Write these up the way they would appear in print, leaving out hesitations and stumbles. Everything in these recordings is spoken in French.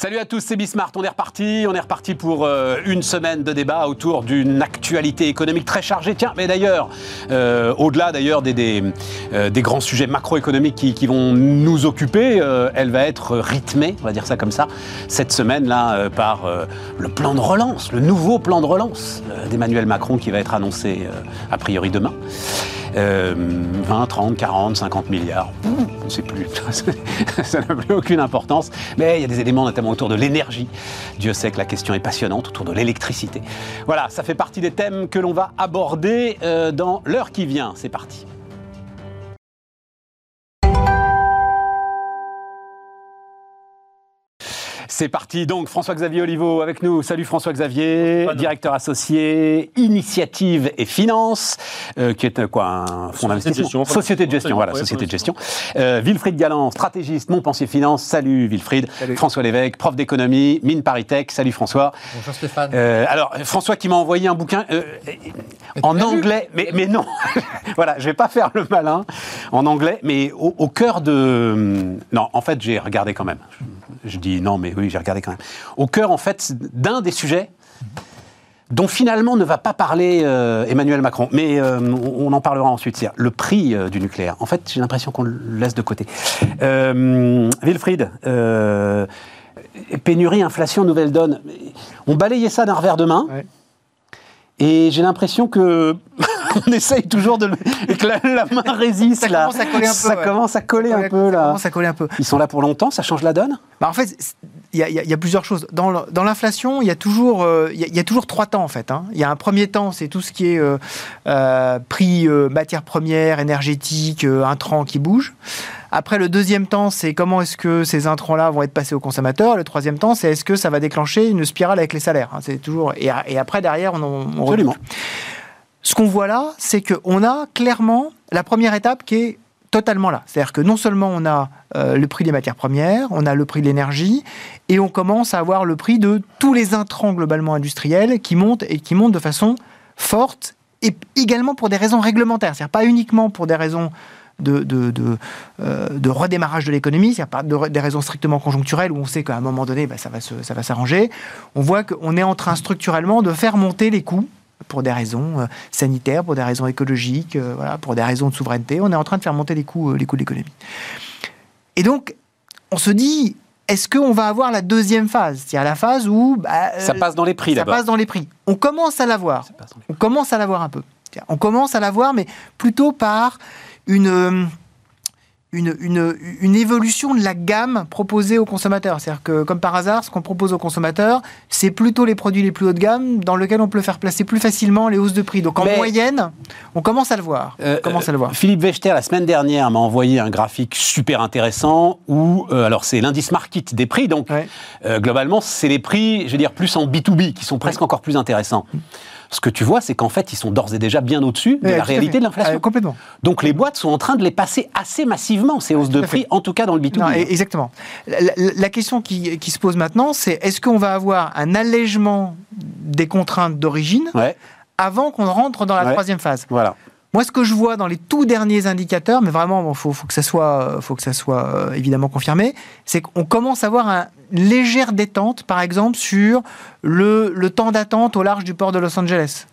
Salut à tous, c'est Bismart, on est reparti pour une semaine de débat autour d'une actualité économique très chargée. Tiens, mais d'ailleurs, au-delà d'ailleurs des grands sujets macroéconomiques qui vont nous occuper, elle va être rythmée, on va dire ça comme ça, cette semaine-là par le plan de relance, le nouveau plan de relance d'Emmanuel Macron qui va être annoncé a priori demain. 20, 30, 40, 50 milliards, on ne sait plus, ça n'a plus aucune importance, mais il y a des éléments notamment autour de l'énergie. Dieu sait que la question est passionnante, autour de l'électricité. Voilà, ça fait partie des thèmes que l'on va aborder dans l'heure qui vient. C'est parti. C'est parti, donc François-Xavier Oliveau avec nous. Salut François-Xavier, directeur associé Initiative et Finance, qui est quoi, un fonds d'investissement, société de gestion, voilà, société de gestion. Wilfried Galland, stratégiste, Montpensier Finance. Salut Wilfried. Salut. François Lévesque, prof d'économie, Mines ParisTech. Salut François. Bonjour Stéphane. Alors François qui m'a envoyé un bouquin en anglais, mais non, voilà, je vais pas faire le malin, en anglais, mais au cœur de... Non, en fait j'ai regardé quand même. Je dis non, mais oui, j'ai regardé quand même. Au cœur, en fait, d'un des sujets dont finalement ne va pas parler Emmanuel Macron. Mais on en parlera ensuite. C'est le prix du nucléaire. En fait, j'ai l'impression qu'on le laisse de côté. Wilfried, pénurie, inflation, nouvelle donne. On balayait ça d'un revers de main. Ouais. Et j'ai l'impression que on essaye toujours et que la main résiste. Ça commence à coller un peu. Ça commence à coller un peu là. Ça commence à coller un peu. Ils sont là pour longtemps, ça change la donne ? En fait, il y a plusieurs choses. Dans l'inflation, il y a toujours 3 temps en fait. Il y a un premier temps, c'est tout ce qui est prix matières premières, énergétiques, intrants qui bougent. Après, le deuxième temps, c'est comment est-ce que ces intrants-là vont être passés aux consommateurs. Le troisième temps, c'est est-ce que ça va déclencher une spirale avec les salaires. C'est toujours... et après, derrière, on Absolument. Ce qu'on voit là, c'est qu'on a clairement la première étape qui est totalement là. C'est-à-dire que non seulement on a le prix des matières premières, on a le prix de l'énergie, et on commence à avoir le prix de tous les intrants globalement industriels qui montent de façon forte, et également pour des raisons réglementaires. C'est-à-dire pas uniquement pour des raisons de redémarrage de l'économie, c'est-à-dire pas des raisons strictement conjoncturelles où on sait qu'à un moment donné, ça va s'arranger. On voit qu'on est en train structurellement de faire monter les coûts pour des raisons sanitaires, pour des raisons écologiques, voilà, pour des raisons de souveraineté. On est en train de faire monter les coûts de l'économie. Et donc, on se dit, est-ce qu'on va avoir la deuxième phase ? C'est-à-dire la phase où... ça passe dans les prix d'abord. Ça passe dans les prix. On commence à l'avoir. On commence à l'avoir un peu. On commence à l'avoir, mais plutôt par une évolution de la gamme proposée aux consommateurs. C'est-à-dire que, comme par hasard, ce qu'on propose aux consommateurs, c'est plutôt les produits les plus haut de gamme dans lesquels on peut faire placer plus facilement les hausses de prix. Donc, en moyenne, on commence à le voir. Philippe Wechter, la semaine dernière, m'a envoyé un graphique super intéressant où, alors c'est l'indice Markit des prix, donc globalement, c'est les prix, je veux dire, plus en B2B, qui sont presque encore plus intéressants. Ce que tu vois, c'est qu'en fait, ils sont d'ores et déjà bien au-dessus de la réalité de l'inflation. Complètement. Donc, les boîtes sont en train de les passer assez massivement, ces hausses de prix, en tout cas dans le B2B. Non, exactement. La question qui se pose maintenant, c'est est-ce qu'on va avoir un allègement des contraintes d'origine avant qu'on rentre dans la troisième phase ? Voilà. Moi, ce que je vois dans les tout derniers indicateurs, mais vraiment, faut que ça soit évidemment confirmé, c'est qu'on commence à avoir une légère détente, par exemple, sur le temps d'attente au large du port de Los Angeles,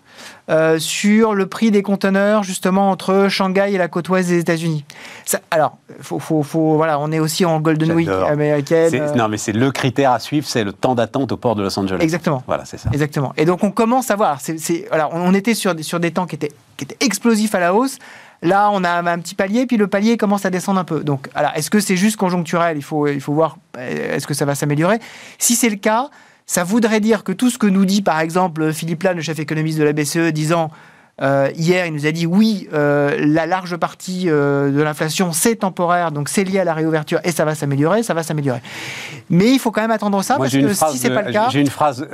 sur le prix des conteneurs, justement, entre Shanghai et la côte ouest des États-Unis. Ça, alors, voilà, on est aussi en Golden Week américaine. Non, mais c'est le critère à suivre, c'est le temps d'attente au port de Los Angeles. Exactement. Voilà, c'est ça. Exactement. Et donc, on commence à voir. Alors, on était sur des temps qui étaient explosifs à la hausse. Là, on a un petit palier, puis le palier commence à descendre un peu. Donc, alors, est-ce que c'est juste conjoncturel ? Il faut voir, est-ce que ça va s'améliorer ? Si c'est le cas, ça voudrait dire que tout ce que nous dit, par exemple, Philippe Lannes, le chef économiste de la BCE, disant hier, il nous a dit oui, la large partie de l'inflation, c'est temporaire, donc c'est lié à la réouverture et ça va s'améliorer. Mais il faut quand même attendre ça, parce que si c'est pas le cas... J'ai une phrase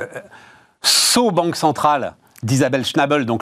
saut banque centrale d'Isabelle Schnabel, donc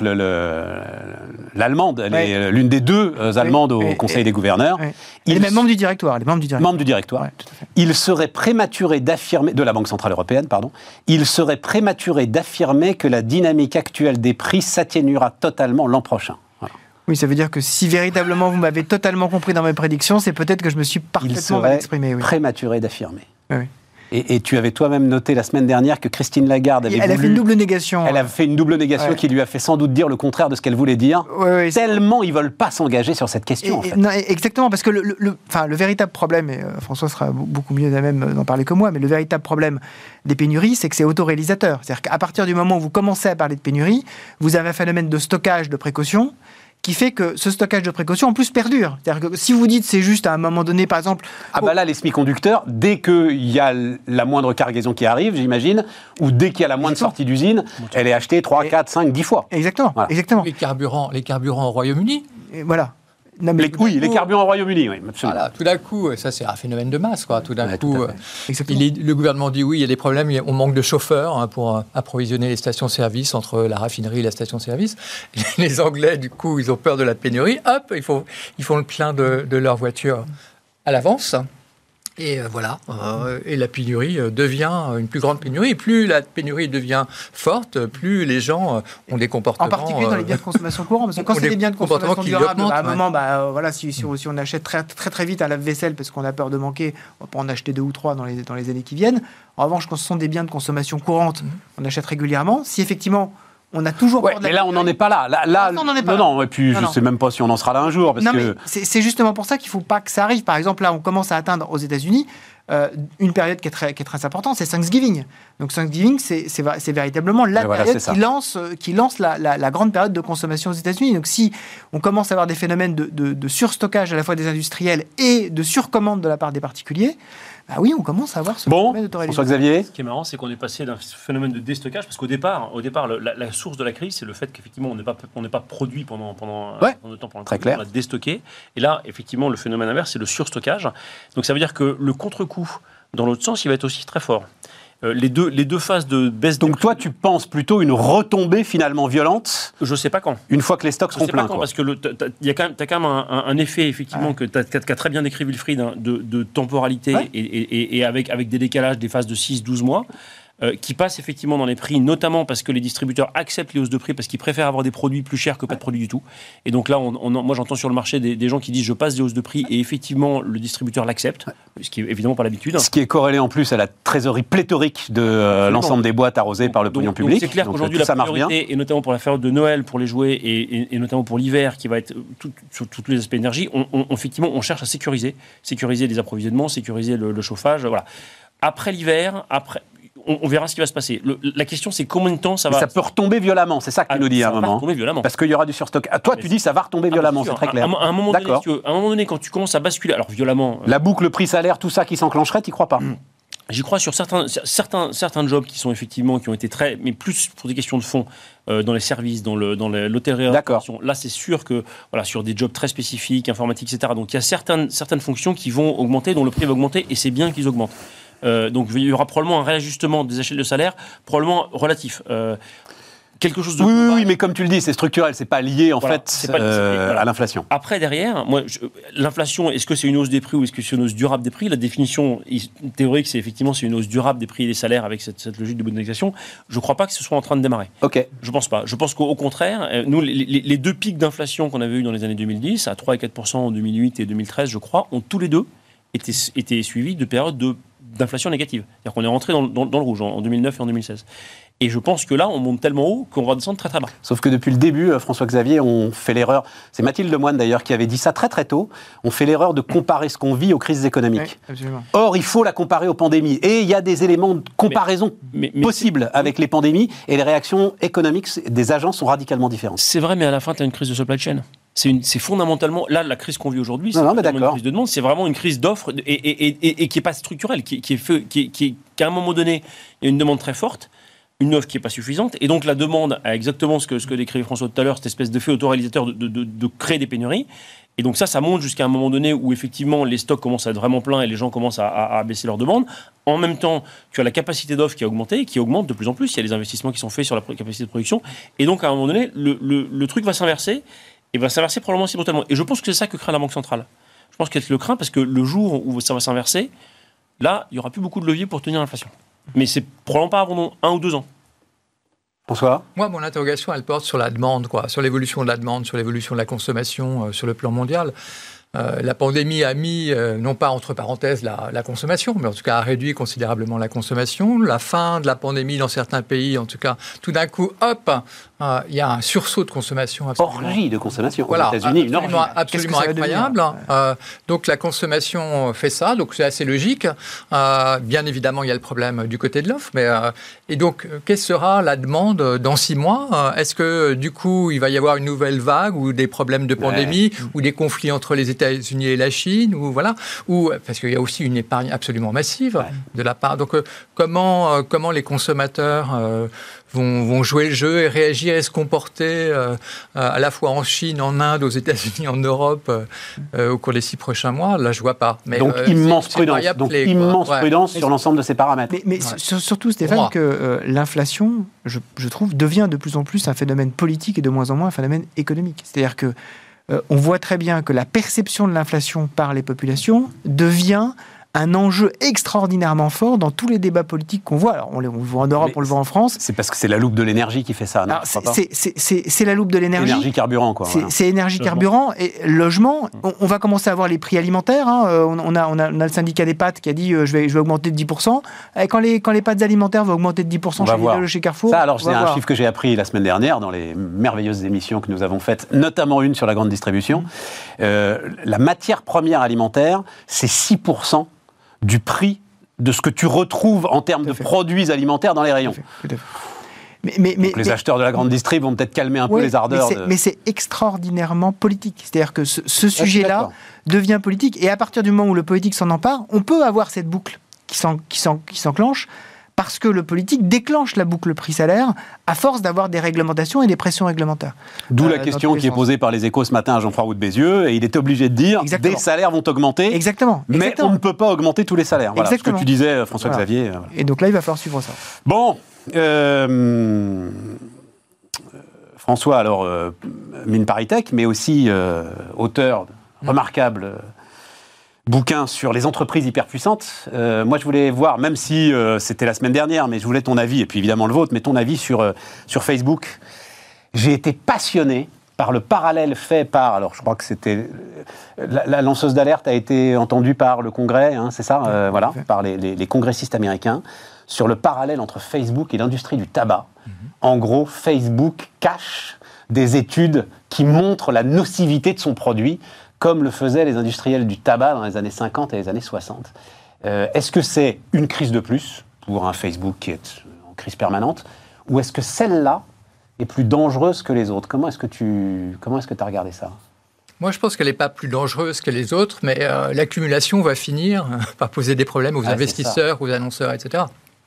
l'allemande, l'une des deux allemandes au Conseil des gouverneurs. Elle est même membre du directoire. Membre du directoire. Ouais, tout à fait. Il serait prématuré d'affirmer, de la Banque Centrale Européenne, pardon, il serait prématuré d'affirmer que la dynamique actuelle des prix s'atténuera totalement l'an prochain. Voilà. Oui, ça veut dire que si véritablement vous m'avez totalement compris dans mes prédictions, c'est peut-être que je me suis parfaitement mal exprimé. Il serait prématuré d'affirmer. Oui. Et tu avais toi-même noté la semaine dernière que Christine Lagarde avait a fait une double négation. Elle a fait une double négation qui lui a fait sans doute dire le contraire de ce qu'elle voulait dire. Tellement ils ne veulent pas s'engager sur cette question, en fait. Non, exactement, parce que le véritable problème, et François sera beaucoup mieux à même d'en parler que moi, mais le véritable problème des pénuries, c'est que c'est autoréalisateur. C'est-à-dire qu'à partir du moment où vous commencez à parler de pénurie, vous avez un phénomène de stockage de précaution qui fait que ce stockage de précaution, en plus, perdure. C'est-à-dire que si vous dites c'est juste à un moment donné, par exemple... là, les semi-conducteurs, dès qu'il y a la moindre cargaison qui arrive, j'imagine, ou dès qu'il y a la moindre sortie d'usine, elle est achetée 3, 4, 5, 10 fois. Exactement. Voilà. Exactement. Les carburants au Royaume-Uni. Et voilà. Non, les carburants au Royaume-Uni, oui, absolument. Voilà, tout d'un coup, ça c'est un phénomène de masse, quoi. Tout d'un coup, le gouvernement dit oui, il y a des problèmes, on manque de chauffeurs pour approvisionner les stations-service entre la raffinerie et la station-service. Les Anglais, du coup, ils ont peur de la pénurie. Hop, ils font le plein de leur voiture à l'avance. Et voilà, et la pénurie devient une plus grande pénurie. Et plus la pénurie devient forte, plus les gens ont des comportements... En particulier dans les biens de consommation courants, parce que quand c'est des biens de consommation durable, à un moment, voilà, si on achète très vite un lave-vaisselle parce qu'on a peur de manquer, on va pas en acheter 2 ou 3 dans les années qui viennent. En revanche, quand ce sont des biens de consommation courante, on achète régulièrement. Si effectivement... on a toujours peur de la... Mais là, on n'en est pas là. On n'en est pas là. Non, et puis je ne sais même pas si on en sera là un jour. Parce que... c'est justement pour ça qu'il ne faut pas que ça arrive. Par exemple, là, on commence à atteindre aux États-Unis une période qui est très importante, c'est Thanksgiving. Donc Thanksgiving, c'est véritablement la période qui lance la grande période de consommation aux États-Unis. Donc si on commence à avoir des phénomènes de surstockage à la fois des industriels et de surcommande de la part des particuliers, oui, on commence à avoir ce phénomène d'autoréalisation. François-Xavier. Ce qui est marrant, c'est qu'on est passé d'un phénomène de déstockage, parce qu'au départ, la source de la crise, c'est le fait qu'effectivement, on n'est pas produit pendant le temps, très clair. On a déstocké. Et là, effectivement, le phénomène inverse, c'est le surstockage. Donc ça veut dire que le contre-coup, dans l'autre sens, il va être aussi très fort. Les deux phases de baisse. Donc toi, tu penses plutôt une retombée finalement violente. Je sais pas quand. Une fois que les stocks seront pleins. Parce que t'as quand même un effet effectivement que qu'a très bien décrit Wilfried de temporalité et avec des décalages des phases de 6-12 mois. Qui passe effectivement dans les prix, notamment parce que les distributeurs acceptent les hausses de prix parce qu'ils préfèrent avoir des produits plus chers que pas de produits du tout. Et donc là, moi j'entends sur le marché des gens qui disent je passe des hausses de prix et effectivement le distributeur l'accepte, ce qui est évidemment pas l'habitude. Ce qui est corrélé en plus à la trésorerie phétorique de l'ensemble des boîtes arrosées par le pognon public. Donc c'est clair qu'aujourd'hui la priorité, et notamment pour la période de Noël, pour les jouets et notamment pour l'hiver qui va être sur tous les aspects énergie, effectivement on cherche à sécuriser les approvisionnements, sécuriser le chauffage. Voilà. Après l'hiver, on verra ce qui va se passer. La question, c'est combien de temps ça va... Ça peut retomber violemment, c'est ça que tu nous dis à un moment. Ça va retomber violemment. Parce qu'il y aura du surstock. Toi, tu dis ça va retomber violemment, c'est très clair. À un moment donné, quand tu commences à basculer, alors violemment... La boucle prix-salaire, tout ça qui s'enclencherait, tu n'y crois pas? J'y crois sur certains jobs qui ont été mais plus pour des questions de fond, dans les services, dans l'hôtellerie. Là, c'est sûr que, sur des jobs très spécifiques, informatiques, etc. Donc, il y a certaines fonctions qui vont augmenter, dont le prix va augmenter, et c'est bien qu'ils augmentent. Donc il y aura probablement un réajustement des échelles de salaire, probablement relatif. Quelque chose de oui, mais comme tu le dis, c'est structurel, c'est pas lié à l'inflation. Après, derrière, l'inflation, est-ce que c'est une hausse des prix ou est-ce que c'est une hausse durable des prix? La définition théorique, c'est effectivement une hausse durable des prix et des salaires avec cette logique de modernisation. Je ne crois pas que ce soit en train de démarrer. Je pense pas. Je pense qu'au contraire, nous, les deux pics d'inflation qu'on avait eu dans les années 2010, à 3 et 4% en 2008 et 2013, je crois, ont tous les deux été suivis de périodes d'inflation négative. C'est-à-dire qu'on est rentré dans le rouge en 2009 et en 2016. Et je pense que là, on monte tellement haut qu'on va descendre très très bas. Sauf que depuis le début, François-Xavier, on fait l'erreur, c'est Mathilde Lemoine d'ailleurs qui avait dit ça très très tôt, on fait l'erreur de comparer ce qu'on vit aux crises économiques. Oui, or, il faut la comparer aux pandémies. Et il y a des éléments de comparaison possibles avec les pandémies et les réactions économiques des agences sont radicalement différentes. C'est vrai, mais à la fin, tu as une crise de supply chain. C'est fondamentalement, là, la crise qu'on vit aujourd'hui, c'est une crise de demande, c'est vraiment une crise d'offres et qui n'est pas structurelle, qu'à un moment donné, il y a une demande très forte, une offre qui n'est pas suffisante, et donc la demande a exactement ce que décrivait François tout à l'heure, cette espèce d'effet autoréalisateur de créer des pénuries, et donc ça monte jusqu'à un moment donné où effectivement les stocks commencent à être vraiment pleins et les gens commencent à baisser leurs demandes. En même temps, tu as la capacité d'offre qui a augmenté, qui augmente de plus en plus, il y a des investissements qui sont faits sur la capacité de production, et donc à un moment donné, le truc va s'inverser, et va s'inverser probablement aussi brutalement. Et je pense que c'est ça que craint la Banque centrale. Je pense qu'elle le craint parce que le jour où ça va s'inverser, là, il n'y aura plus beaucoup de leviers pour tenir l'inflation. Mais c'est probablement pas avant 1 ou 2 ans. Bonsoir. Moi, mon interrogation, elle porte sur la demande, sur l'évolution de la demande, sur l'évolution de la consommation sur le plan mondial. La pandémie a mis, non pas entre parenthèses la consommation, mais en tout cas a réduit considérablement la consommation. La fin de la pandémie dans certains pays, en tout cas, tout d'un coup, hop, il y a un sursaut de consommation. Orgie de consommation. Voilà, aux États-Unis, une orgie. Absolument incroyable. Donc la consommation fait ça, donc c'est assez logique. Bien évidemment, il y a le problème du côté de l'offre. Et donc, quelle sera la demande dans 6 mois ? Est-ce que, du coup, il va y avoir une nouvelle vague ou des problèmes de pandémie ou des conflits entre les États-Unis et la Chine parce qu'il y a aussi une épargne absolument massive de la part. Donc, comment les consommateurs vont jouer le jeu et réagir et se comporter à la fois en Chine, en Inde, aux États-Unis, en Europe au cours des 6 prochains mois? Là, je ne vois pas. Mais, donc, immense prudence sur l'ensemble de ces paramètres. Mais surtout, Stéphane, que l'inflation, je trouve, devient de plus en plus un phénomène politique et de moins en moins un phénomène économique. C'est-à-dire que on voit très bien que la perception de l'inflation par les populations devient un enjeu extraordinairement fort dans tous les débats politiques qu'on voit. Alors, on le voit en Europe, on le voit en France. C'est parce que c'est la loupe de l'énergie qui fait ça, non? C'est la loupe de l'énergie. Énergie carburant, quoi. C'est énergie carburant et logement. On va commencer à voir les prix alimentaires. On a le syndicat des pâtes qui a dit je vais augmenter de 10%. Et quand les pâtes alimentaires vont augmenter de 10% chez Carrefour. Ça, alors, c'est un chiffre que j'ai appris la semaine dernière dans les merveilleuses émissions que nous avons faites, notamment une sur la grande distribution. La matière première alimentaire, c'est 6% du prix de ce que tu retrouves en termes de produits alimentaires dans les rayons. Tout à fait. Donc les acheteurs de la grande distrib vont peut-être calmer un peu les ardeurs. Mais c'est extraordinairement politique. C'est-à-dire que ce sujet-là devient politique. Et à partir du moment où le politique s'en empare, on peut avoir cette boucle qui s'enclenche parce que le politique déclenche la boucle prix-salaire à force d'avoir des réglementations et des pressions réglementaires. D'où la question qui est posée par les Échos ce matin à Jean-François Roux de Bézieux, et il est obligé de dire des salaires vont augmenter, mais on ne peut pas augmenter tous les salaires. Voilà ce que tu disais, François-Xavier. Voilà. Et donc là, il va falloir suivre ça. Bon, François, alors, mine ParisTech, mais aussi auteur remarquable bouquin sur les entreprises hyperpuissantes. Moi, je voulais voir, même si c'était la semaine dernière, mais je voulais ton avis, et puis évidemment le vôtre, mais ton avis sur Facebook. J'ai été passionné par le parallèle fait par... Alors, je crois que c'était... La lanceuse d'alerte a été entendue par le Congrès, hein, c'est ça, par les congressistes américains, sur le parallèle entre Facebook et l'industrie du tabac. En gros, Facebook cache des études qui montrent la nocivité de son produit, comme le faisaient les industriels du tabac dans les années 50 et les années 60. Est-ce que c'est une crise de plus pour un Facebook qui est en crise permanente, ou est-ce que celle-là est plus dangereuse que les autres? Comment est-ce que tu as regardé ça? Moi, je pense qu'elle n'est pas plus dangereuse que les autres, mais l'accumulation va finir par poser des problèmes aux investisseurs, aux annonceurs, etc.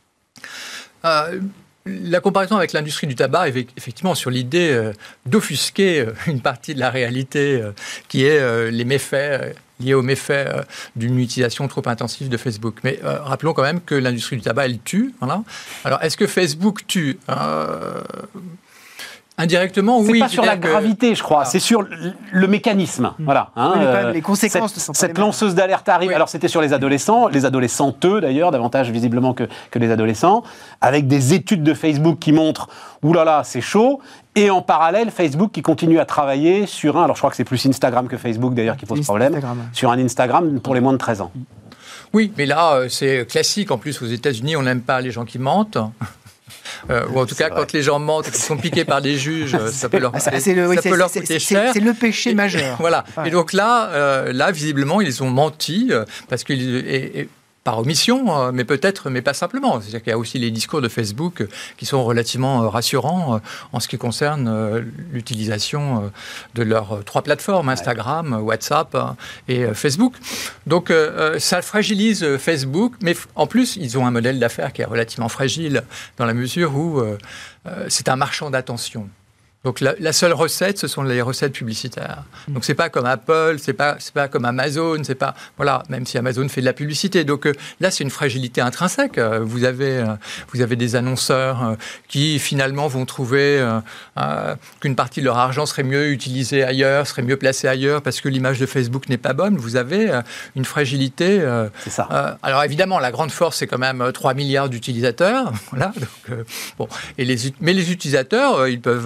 La comparaison avec l'industrie du tabac est effectivement sur l'idée d'offusquer une partie de la réalité qui est les méfaits liés aux méfaits d'une utilisation trop intensive de Facebook. Mais rappelons quand même que l'industrie du tabac, elle tue. Voilà. Alors, est-ce que Facebook tue indirectement, oui. C'est pas sur la gravité, je crois. C'est sur le mécanisme. Voilà. Les conséquences ne sont pas cette lanceuse d'alerte arrive. Oui. Alors, c'était sur les adolescenteux d'ailleurs, davantage visiblement que les adolescents, avec des études de Facebook qui montrent « Ouh là là, c'est chaud ». Et en parallèle, Facebook qui continue à travailler sur alors je crois que c'est plus Instagram que Facebook d'ailleurs qui pose problème, sur un Instagram pour les moins de 13 ans. Oui, mais là, c'est classique. En plus, aux États-Unis, on n'aime pas les gens qui mentent. Ou en tout cas, quand les gens mentent et qu'ils sont piqués par des juges, ça peut leur coûter cher. C'est le péché majeur. Voilà. Ouais. Et donc là, visiblement, ils ont menti parce qu'ils... par omission, mais peut-être, mais pas simplement. C'est-à-dire qu'il y a aussi les discours de Facebook qui sont relativement rassurants en ce qui concerne l'utilisation de leurs 3 plateformes, Instagram, WhatsApp et Facebook. Donc, ça fragilise Facebook, mais en plus, ils ont un modèle d'affaires qui est relativement fragile dans la mesure où c'est un marchand d'attention. Donc la seule recette, ce sont les recettes publicitaires. Donc c'est pas comme Apple, c'est pas comme Amazon, c'est pas même si Amazon fait de la publicité. Donc là c'est une fragilité intrinsèque. Vous avez des annonceurs qui finalement vont trouver qu'une partie de leur argent serait mieux utilisée ailleurs, serait mieux placée ailleurs parce que l'image de Facebook n'est pas bonne. Vous avez une fragilité. C'est ça. Alors évidemment la grande force c'est quand même 3 milliards d'utilisateurs. Voilà. Donc, mais les utilisateurs ils peuvent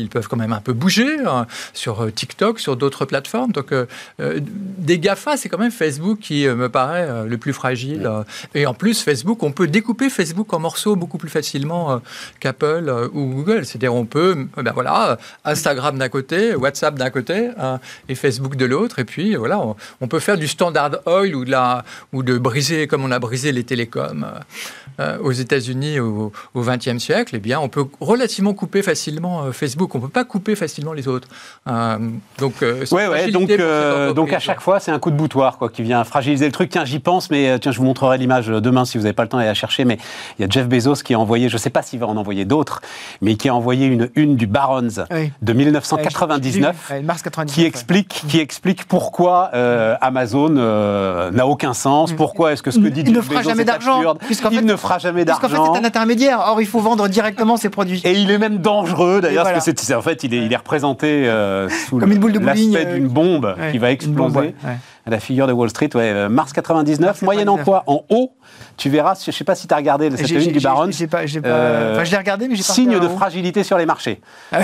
ils peuvent quand même un peu bouger sur TikTok, sur d'autres plateformes. Donc, des GAFA, c'est quand même Facebook qui me paraît le plus fragile. Et en plus, Facebook, on peut découper Facebook en morceaux beaucoup plus facilement qu'Apple ou Google. C'est-à-dire, on peut, Instagram d'un côté, WhatsApp d'un côté et Facebook de l'autre. Et puis, voilà, on peut faire du standard oil ou de briser, comme on a brisé les télécoms aux États-Unis au XXe siècle. Eh bien, on peut relativement couper facilement Facebook. On ne peut pas couper facilement les autres. Donc à chaque fois, c'est un coup de boutoir qui vient fragiliser le truc. Tiens, j'y pense, mais je vous montrerai l'image demain si vous n'avez pas le temps d'aller la chercher. Mais il y a Jeff Bezos qui a envoyé, je ne sais pas s'il va en envoyer d'autres, mais qui a envoyé une du Barron's de 1999 qui explique pourquoi Amazon n'a aucun sens, pourquoi est-ce que ce que dit Jeff Bezos est absurde. Il ne fera jamais d'argent. Puisqu'en fait, c'est un intermédiaire. Or, il faut vendre directement ses produits. Et il est même dangereux, d'ailleurs, parce que en fait, il est représenté sous l'aspect d'une bombe qui va exploser. À la figure de Wall Street, mars 99, moyen emploi en haut. Tu verras, je ne sais pas si tu as regardé cette une du Barron's. Je l'ai regardé, mais j'ai pas signe de fragilité sur les marchés.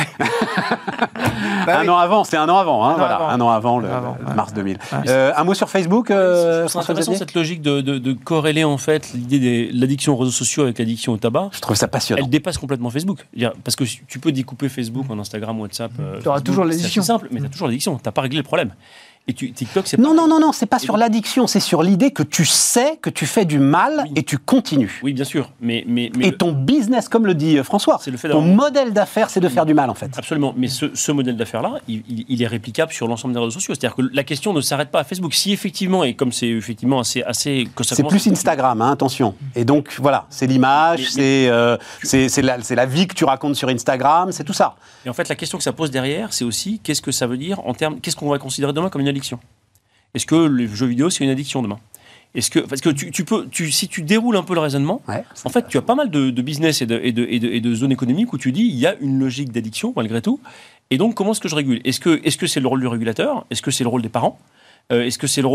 Un an avant, c'est un an avant, un an avant, mars 2000. Un mot sur Facebook. C'est intéressant cette logique de corréler en fait l'idée de l'addiction aux réseaux sociaux avec l'addiction au tabac. Je trouve ça passionnant. Elle dépasse complètement Facebook. Parce que tu peux découper Facebook en Instagram, WhatsApp. Tu auras toujours l'addiction. C'est simple, mais tu as toujours l'addiction. Tu n'as pas réglé le problème. Et TikTok, c'est non, c'est pas sur l'addiction, c'est sur l'idée que tu sais que tu fais du mal et tu continues. Oui, bien sûr. Mais et ton business, comme le dit François, ton modèle d'affaires, c'est de faire du mal, en fait. Absolument. Mais ce modèle d'affaires-là, il est réplicable sur l'ensemble des réseaux sociaux. C'est-à-dire que la question ne s'arrête pas à Facebook. Si effectivement, et comme c'est effectivement assez que ça c'est plus Instagram, attention. Et donc, voilà, c'est l'image, c'est la vie que tu racontes sur Instagram, c'est tout ça. Et en fait, la question que ça pose derrière, c'est aussi qu'est-ce que ça veut dire en termes, qu'est-ce qu'on va considérer demain comme une addiction ? Est-ce que les jeux vidéo, c'est une addiction demain ? Parce que si tu déroules un peu le raisonnement, en fait, tu as pas mal de business et de zones économiques où tu dis il y a une logique d'addiction malgré tout. Et donc, comment est-ce que je régule ? Est-ce que c'est le rôle du régulateur ? Est-ce que c'est le rôle des parents ? Est-ce que c'est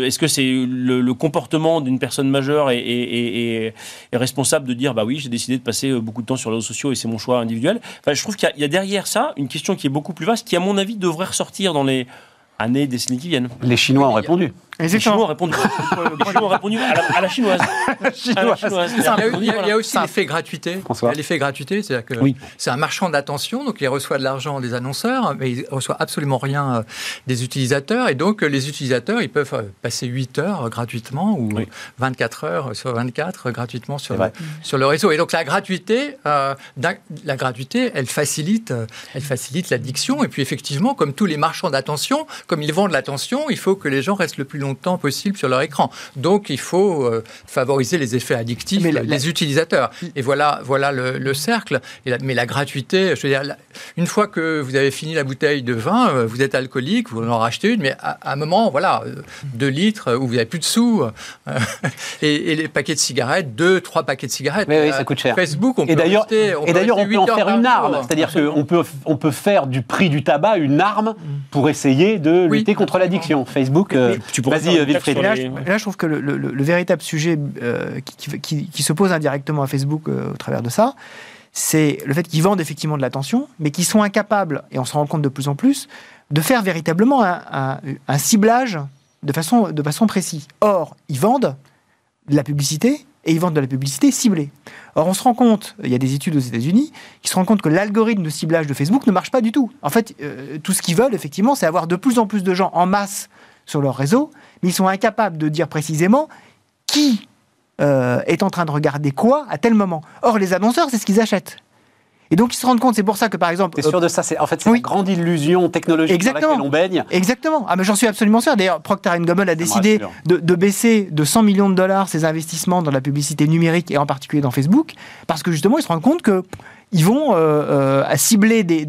le comportement d'une personne majeure et responsable de dire bah oui, j'ai décidé de passer beaucoup de temps sur les réseaux sociaux et c'est mon choix individuel. Enfin, je trouve qu'il y a derrière ça une question qui est beaucoup plus vaste, qui à mon avis devrait ressortir dans les années, décennies qui viennent. Les Chinois ont répondu. Les Chinois ont répondu à la chinoise. Il y a aussi l'effet gratuité. Il y a l'effet gratuité, c'est-à-dire que c'est un marchand d'attention, donc il reçoit de l'argent des annonceurs, mais il ne reçoit absolument rien des utilisateurs. Et donc, les utilisateurs, ils peuvent passer 8 heures gratuitement ou 24 heures sur 24 gratuitement sur le réseau. Et donc, la gratuité, elle facilite l'addiction. Et puis, effectivement, comme tous les marchands d'attention, comme ils vendent l'attention, il faut que les gens restent le plus longtemps possible sur leur écran. Donc, il faut favoriser les effets addictifs des utilisateurs. Et voilà le cercle. Mais la gratuité, je veux dire, une fois que vous avez fini la bouteille de vin, vous êtes alcoolique, vous en rachetez une, mais à un moment, 2 litres, où vous n'avez plus de sous, et les paquets de cigarettes, 2-3 paquets de cigarettes. Oui, ça coûte cher. Facebook, on peut d'ailleurs, on peut en faire une arme. C'est-à-dire qu'on peut faire du prix du tabac une arme pour essayer de lutter contre l'addiction. Facebook, vas-y, Wilfried. Là, je trouve que le véritable sujet qui se pose indirectement à Facebook au travers de ça, c'est le fait qu'ils vendent effectivement de l'attention, mais qu'ils sont incapables, et on se rend compte de plus en plus, de faire véritablement un ciblage de façon précise. Or, ils vendent de la publicité, et ils vendent de la publicité ciblée. Or, on se rend compte, il y a des études aux États-Unis, qui se rendent compte que l'algorithme de ciblage de Facebook ne marche pas du tout. En fait, tout ce qu'ils veulent, effectivement, c'est avoir de plus en plus de gens en masse sur leur réseau, mais ils sont incapables de dire précisément qui est en train de regarder quoi à tel moment. Or, les annonceurs, c'est ce qu'ils achètent. Et donc, ils se rendent compte, c'est pour ça que, par exemple... T'es sûr de ça ? C'est la grande illusion technologique dans laquelle on baigne. Exactement. Ah, mais j'en suis absolument sûr. D'ailleurs, Procter & Gamble a décidé de baisser de $100 millions ses investissements dans la publicité numérique, et en particulier dans Facebook, parce que, justement, ils se rendent compte que ils vont cibler des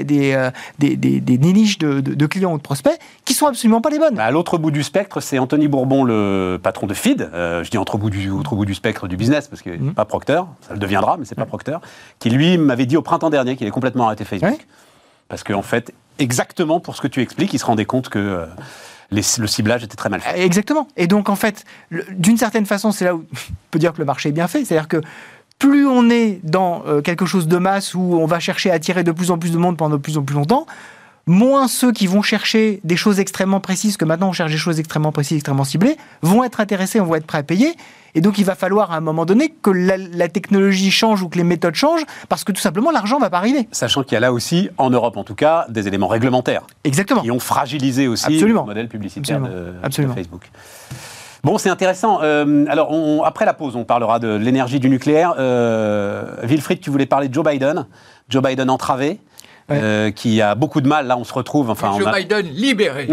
niches de clients ou de prospects qui sont absolument pas les bonnes. À l'autre bout du spectre, c'est Anthony Bourbon, le patron de Feed. Je dis autre bout du spectre du business, parce que c'est pas Procter, ça le deviendra, mais c'est pas Procter, qui lui m'avait dit au printemps dernier qu'il allait complètement arrêter Facebook. Parce qu'en fait, exactement pour ce que tu expliques, il se rendait compte que le ciblage était très mal fait. Exactement. Et donc, en fait, d'une certaine façon, c'est là où on peut dire que le marché est bien fait. C'est-à-dire que plus on est dans quelque chose de masse où on va chercher à attirer de plus en plus de monde pendant de plus en plus longtemps, moins ceux qui vont chercher des choses extrêmement précises, que maintenant on cherche des choses extrêmement précises, extrêmement ciblées, vont être intéressés, vont être prêts à payer. Et donc il va falloir à un moment donné que la technologie change ou que les méthodes changent, parce que tout simplement l'argent ne va pas arriver. Sachant qu'il y a là aussi, en Europe en tout cas, des éléments réglementaires. Exactement. Qui ont fragilisé aussi le modèle publicitaire de Facebook. Bon, c'est intéressant. Alors, après la pause, on parlera de l'énergie du nucléaire. Wilfried, tu voulais parler de Joe Biden. Joe Biden entravé. Qui a beaucoup de mal, là on se retrouve... Enfin, Joe Biden libéré.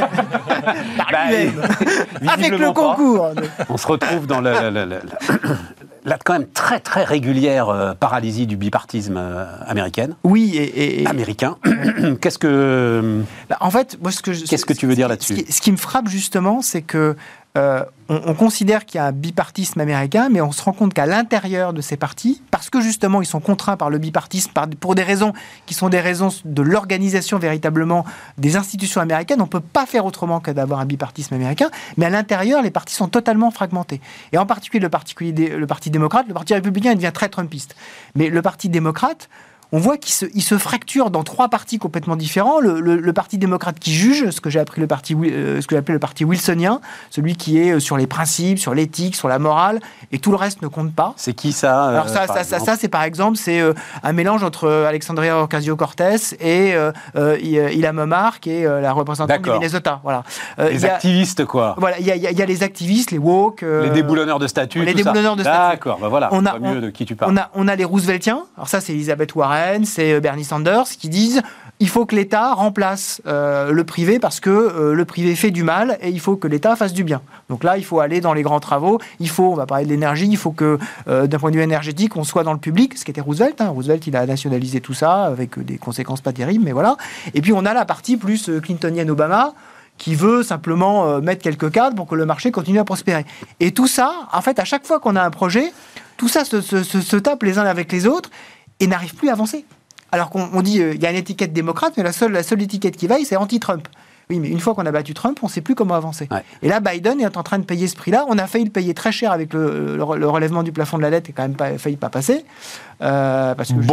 Avec le concours. On se retrouve dans la quand même très très régulière paralysie du bipartisme américaine. Oui, et américain. Qu'est-ce que... en fait, moi, qu'est-ce que tu veux dire là-dessus ? Ce qui me frappe justement, c'est que on considère qu'il y a un bipartisme américain, mais on se rend compte qu'à l'intérieur de ces partis, parce que justement ils sont contraints par le bipartisme, pour des raisons qui sont des raisons de l'organisation véritablement des institutions américaines, on ne peut pas faire autrement que d'avoir un bipartisme américain, mais à l'intérieur, les partis sont totalement fragmentés. Et en particulier le Parti démocrate, le Parti républicain il devient très trumpiste. Mais le Parti démocrate, on voit qu'il se fracture dans 3 partis complètement différents. Le Parti démocrate qui juge, ce que j'ai appelé le parti wilsonien, celui qui est sur les principes, sur l'éthique, sur la morale, et tout le reste ne compte pas. C'est qui ça Alors ça, c'est par exemple, c'est un mélange entre Alexandria Ocasio-Cortez et Ilhan Omar, qui est la représentante du Minnesota. Voilà. Les activistes, quoi. Voilà, il y a les activistes, les woke, les déboulonneurs de statut, les déboulonneurs de statut. D'accord, voilà. On voit mieux de qui tu parles. On a les Rooseveltiens. Alors ça, c'est Elizabeth Warren. C'est Bernie Sanders qui disent il faut que l'État remplace le privé parce que le privé fait du mal et il faut que l'État fasse du bien. Donc là, il faut aller dans les grands travaux, on va parler de l'énergie, il faut que d'un point de vue énergétique, on soit dans le public, ce qui était Roosevelt. Roosevelt, il a nationalisé tout ça avec des conséquences pas terribles, mais voilà. Et puis on a la partie plus clintonienne Obama qui veut simplement mettre quelques cadres pour que le marché continue à prospérer. Et tout ça, en fait, à chaque fois qu'on a un projet, tout ça se tape les uns avec les autres et n'arrive plus à avancer. Alors qu'on dit il y a une étiquette démocrate, mais la seule étiquette qui vaille, c'est anti-Trump. Oui, mais une fois qu'on a battu Trump, on ne sait plus comment avancer. Ouais. Et là, Biden est en train de payer ce prix-là. On a failli le payer très cher avec le relèvement du plafond de la dette, et quand même failli pas passer. Parce que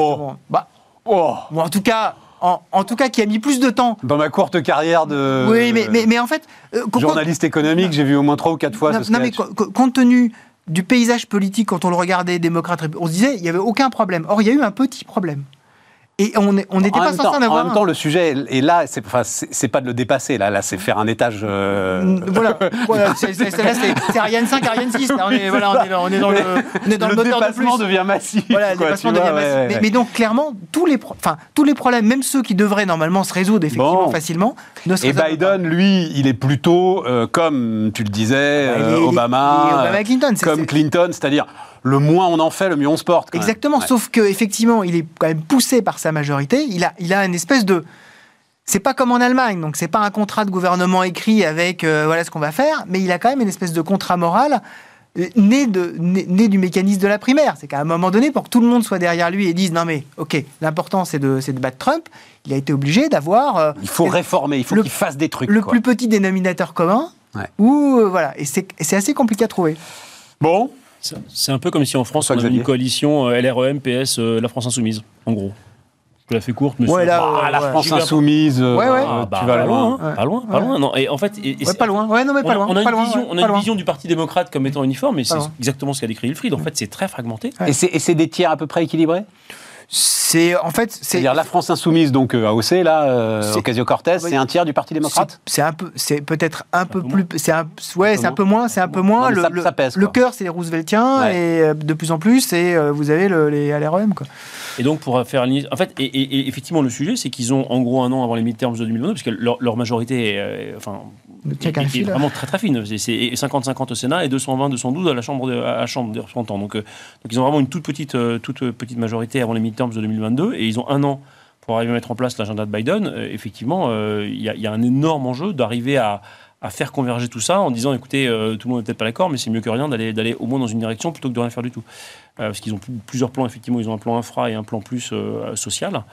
en tout cas, qui a mis plus de temps. Dans ma courte carrière de mais en fait, journaliste économique, j'ai vu au moins 3 ou 4 fois ce sketch. Mais compte tenu du paysage politique, quand on le regardait, démocrate, on se disait, il n'y avait aucun problème. Or, il y a eu un petit problème. Et on n'était pas censé en avoir. En même temps, le sujet est là, c'est pas de le dépasser, là c'est faire un étage. Voilà, c'est Ariane 5, Ariane 6. Là, on est dans le moteur dépassement devient massif. Voilà, le dépassement devient massif. Mais donc, clairement, tous les problèmes, même ceux qui devraient normalement se résoudre effectivement facilement, ne se résolvent pas. Et Biden, lui, il est plutôt, comme tu le disais, Obama, Clinton, comme Clinton, c'est-à-dire. Le moins on en fait, le mieux on se porte. Exactement, sauf qu'effectivement, il est quand même poussé par sa majorité. Il a une espèce de... C'est pas comme en Allemagne, donc c'est pas un contrat de gouvernement écrit avec voilà ce qu'on va faire, mais il a quand même une espèce de contrat moral né du mécanisme de la primaire. C'est qu'à un moment donné, pour que tout le monde soit derrière lui et dise non mais ok, l'important c'est de battre Trump, il a été obligé d'avoir... il faut réformer, il faut qu'il fasse des trucs. Le plus petit dénominateur commun, voilà, et c'est assez compliqué à trouver. Bon. C'est un peu comme si en France, on avait une coalition LREM, PS, la France Insoumise, en gros. Je la fais courte, mais la France Insoumise, tu vas loin. Pas loin. Non, et en fait, pas loin. Ouais, non, mais pas loin. On a une vision du Parti démocrate comme étant uniforme, et c'est exactement ce qu'a décrit Wilfried. En fait, c'est très fragmenté. Et c'est des tiers à peu près équilibrés ? C'est-à-dire la France Insoumise, donc AOC, là, Ocasio-Cortez, c'est un tiers du Parti démocrate. C'est peut-être un peu plus, c'est un peu moins. Non, ça pèse, le cœur, c'est les Rooseveltiens, et de plus en plus, vous avez les LREM, quoi. Et donc pour faire en fait, et effectivement, le sujet, c'est qu'ils ont en gros un an avant les midterms de 2022, parce que leur majorité est vraiment très très fine. C'est 50-50 au Sénat et 220-212 à la Chambre des représentants. Donc ils ont vraiment une toute petite majorité avant les midterms de 2022, et ils ont un an pour arriver à mettre en place l'agenda de Biden. Effectivement, il y a un énorme enjeu d'arriver à faire converger tout ça en disant, écoutez, tout le monde n'est peut-être pas d'accord, mais c'est mieux que rien d'aller au moins dans une direction plutôt que de rien faire du tout. Parce qu'ils ont plusieurs plans, effectivement, ils ont un plan infra et un plan plus social.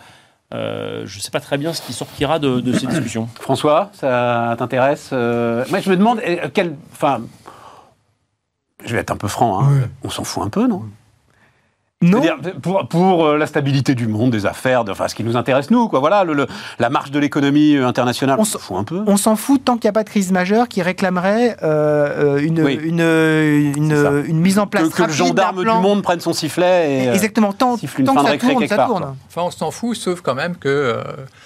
Je ne sais pas très bien ce qui sortira de ces discussions. François, ça t'intéresse ? Moi, je me demande, je vais être un peu franc, on s'en fout un peu, non ? Non. C'est-à-dire pour la stabilité du monde, des affaires, ce qui nous intéresse nous, quoi. Voilà, la marche de l'économie internationale, on s'en fout un peu. On s'en fout tant qu'il n'y a pas de crise majeure qui réclamarait une mise en place que le gendarme du monde prenne son sifflet et exactement, tant que ça tourne. Enfin, on s'en fout, sauf quand même que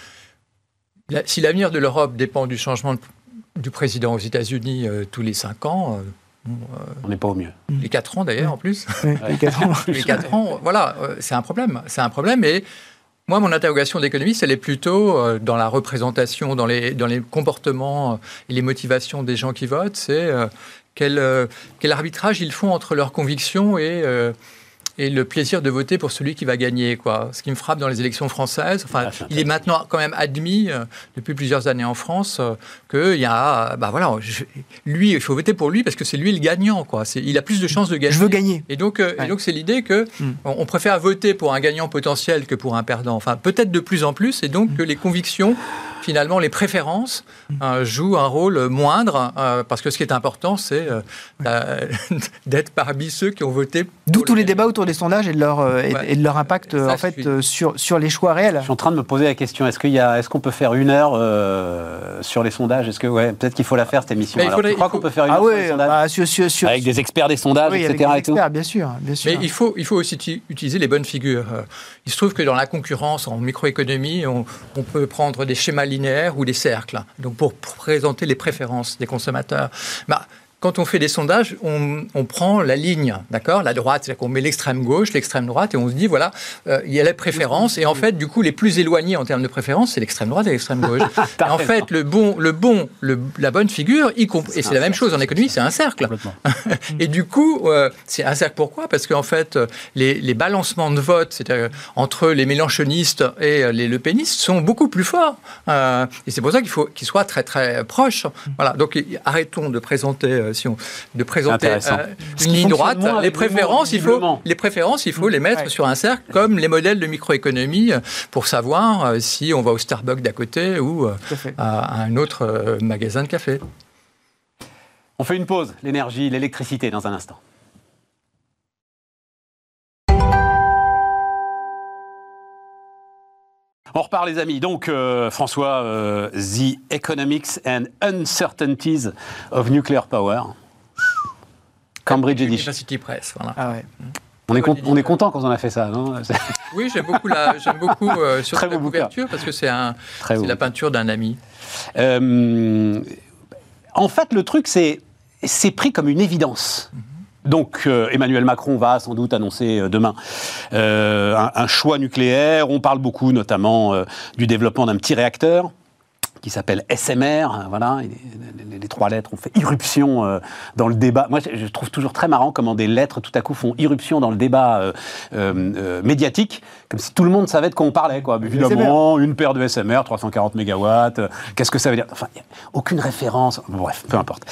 si l'avenir de l'Europe dépend du changement du président aux États-Unis tous les 5 ans... on n'est pas au mieux. Les 4 ans d'ailleurs en plus. Oui, les 4 ans. Les 4 ans, voilà, c'est un problème. C'est un problème et moi, mon interrogation d'économiste, elle est plutôt dans la représentation, dans les comportements et les motivations des gens qui votent. C'est quel arbitrage ils font entre leurs convictions et le plaisir de voter pour celui qui va gagner, quoi. Ce qui me frappe dans les élections françaises, il est maintenant quand même admis depuis plusieurs années en France qu'il y a, lui, il faut voter pour lui parce que c'est lui le gagnant, quoi. Il a plus de chances de gagner. Je veux gagner. Et donc c'est l'idée que on préfère voter pour un gagnant potentiel que pour un perdant. Enfin, peut-être de plus en plus, et donc que les convictions, finalement, les préférences jouent un rôle moindre, parce que ce qui est important, c'est d'être parmi ceux qui ont voté. D'où tous les débats autour des sondages et de leur impact sur les choix réels. Je suis en train de me poser la question, est-ce qu'on peut faire 1 heure sur les sondages ? Peut-être qu'il faut la faire cette émission. Tu crois qu'on peut faire 1 heure sur les sondages avec des experts des sondages, etc. Avec des experts, bien sûr. Mais il faut aussi utiliser les bonnes figures. Il se trouve que dans la concurrence en microéconomie, on peut prendre des schémas linéaires ou des cercles, donc pour présenter les préférences des consommateurs. Quand on fait des sondages, on prend la ligne, d'accord ? La droite, c'est-à-dire qu'on met l'extrême gauche, l'extrême droite, et on se dit, voilà, il y a les préférences, et en fait, du coup, les plus éloignés en termes de préférences, c'est l'extrême droite et l'extrême gauche. Et en fait, la bonne figure, et c'est la même chose en économie, c'est un cercle. Et du coup, c'est un cercle pourquoi ? Parce qu'en fait, les balancements de vote, c'est-à-dire entre les mélenchonistes et les lepénistes, sont beaucoup plus forts. Et c'est pour ça qu'il faut qu'ils soient très, très proches. Voilà, donc arrêtons de présenter... une ligne droite. Les préférences, il faut les mettre sur un cercle, comme les modèles de microéconomie, pour savoir si on va au Starbucks d'à côté ou à un autre magasin de café. On fait une pause, l'énergie, l'électricité dans un instant. On repart les amis. Donc François, The Economics and Uncertainties of Nuclear Power. Cambridge Edition. University Press, voilà. Ah ouais. On est content quand on a fait ça, non ? Oui, j'aime beaucoup sur la couverture parce que c'est la peinture d'un ami. En fait, le truc, c'est pris comme une évidence. Donc Emmanuel Macron va sans doute annoncer demain un choix nucléaire. On parle beaucoup notamment du développement d'un petit réacteur qui s'appelle SMR. Voilà, les 3 lettres ont fait irruption dans le débat. Moi, je trouve toujours très marrant comment des lettres tout à coup font irruption dans le débat médiatique, comme si tout le monde savait de quoi on parlait, quoi. Évidemment, une paire de SMR, 340 mégawatts. Qu'est-ce que ça veut dire ? Enfin, il n'y a aucune référence. Bref, peu importe.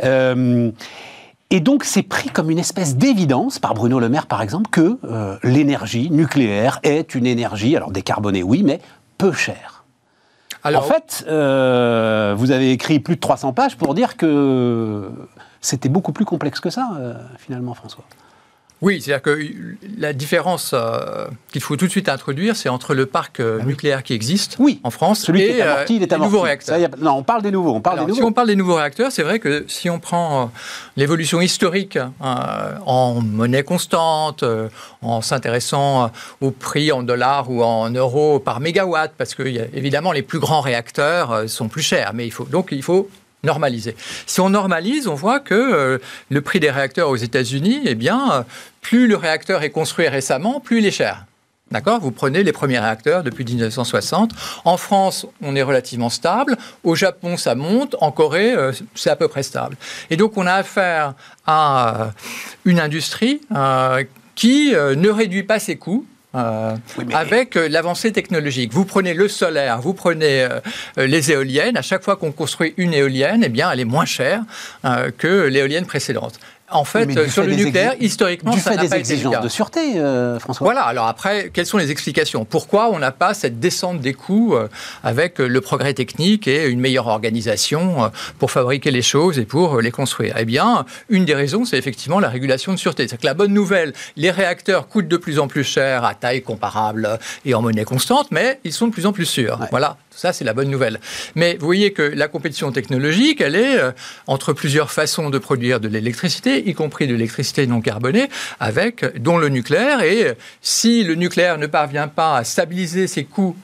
Et donc, c'est pris comme une espèce d'évidence, par Bruno Le Maire, par exemple, que l'énergie nucléaire est une énergie, alors décarbonée, oui, mais peu chère. Alors, en fait, vous avez écrit plus de 300 pages pour dire que c'était beaucoup plus complexe que ça, finalement, François. Oui, c'est-à-dire que la différence qu'il faut tout de suite introduire, c'est entre le parc nucléaire qui existe en France celui qui est amorti, les nouveaux réacteurs. Non, on parle des nouveaux. Si on parle des nouveaux réacteurs, c'est vrai que si on prend l'évolution historique en monnaie constante, en s'intéressant au prix en dollars ou en euros par mégawatt, parce que évidemment les plus grands réacteurs sont plus chers, mais il faut normaliser. Si on normalise, on voit que le prix des réacteurs aux États-Unis, plus le réacteur est construit récemment, plus il est cher. D'accord ? Vous prenez les premiers réacteurs depuis 1960. En France, on est relativement stable. Au Japon, ça monte. En Corée, c'est à peu près stable. Et donc, on a affaire à une industrie qui ne réduit pas ses coûts. Avec l'avancée technologique. Vous prenez le solaire, vous prenez les éoliennes. À chaque fois qu'on construit une éolienne, elle est moins chère que l'éolienne précédente. En fait, sur le nucléaire, historiquement, ça n'a pas été le cas. Du fait des exigences de sûreté, François. Voilà, alors après, quelles sont les explications ? Pourquoi on n'a pas cette descente des coûts avec le progrès technique et une meilleure organisation pour fabriquer les choses et pour les construire ? Eh bien, une des raisons, c'est effectivement la régulation de sûreté. C'est que la bonne nouvelle, les réacteurs coûtent de plus en plus cher à taille comparable et en monnaie constante, mais ils sont de plus en plus sûrs. Ouais. Voilà. Ça, c'est la bonne nouvelle. Mais vous voyez que la compétition technologique, elle est entre plusieurs façons de produire de l'électricité, y compris de l'électricité non carbonée, dont le nucléaire. Et si le nucléaire ne parvient pas à stabiliser ses coûts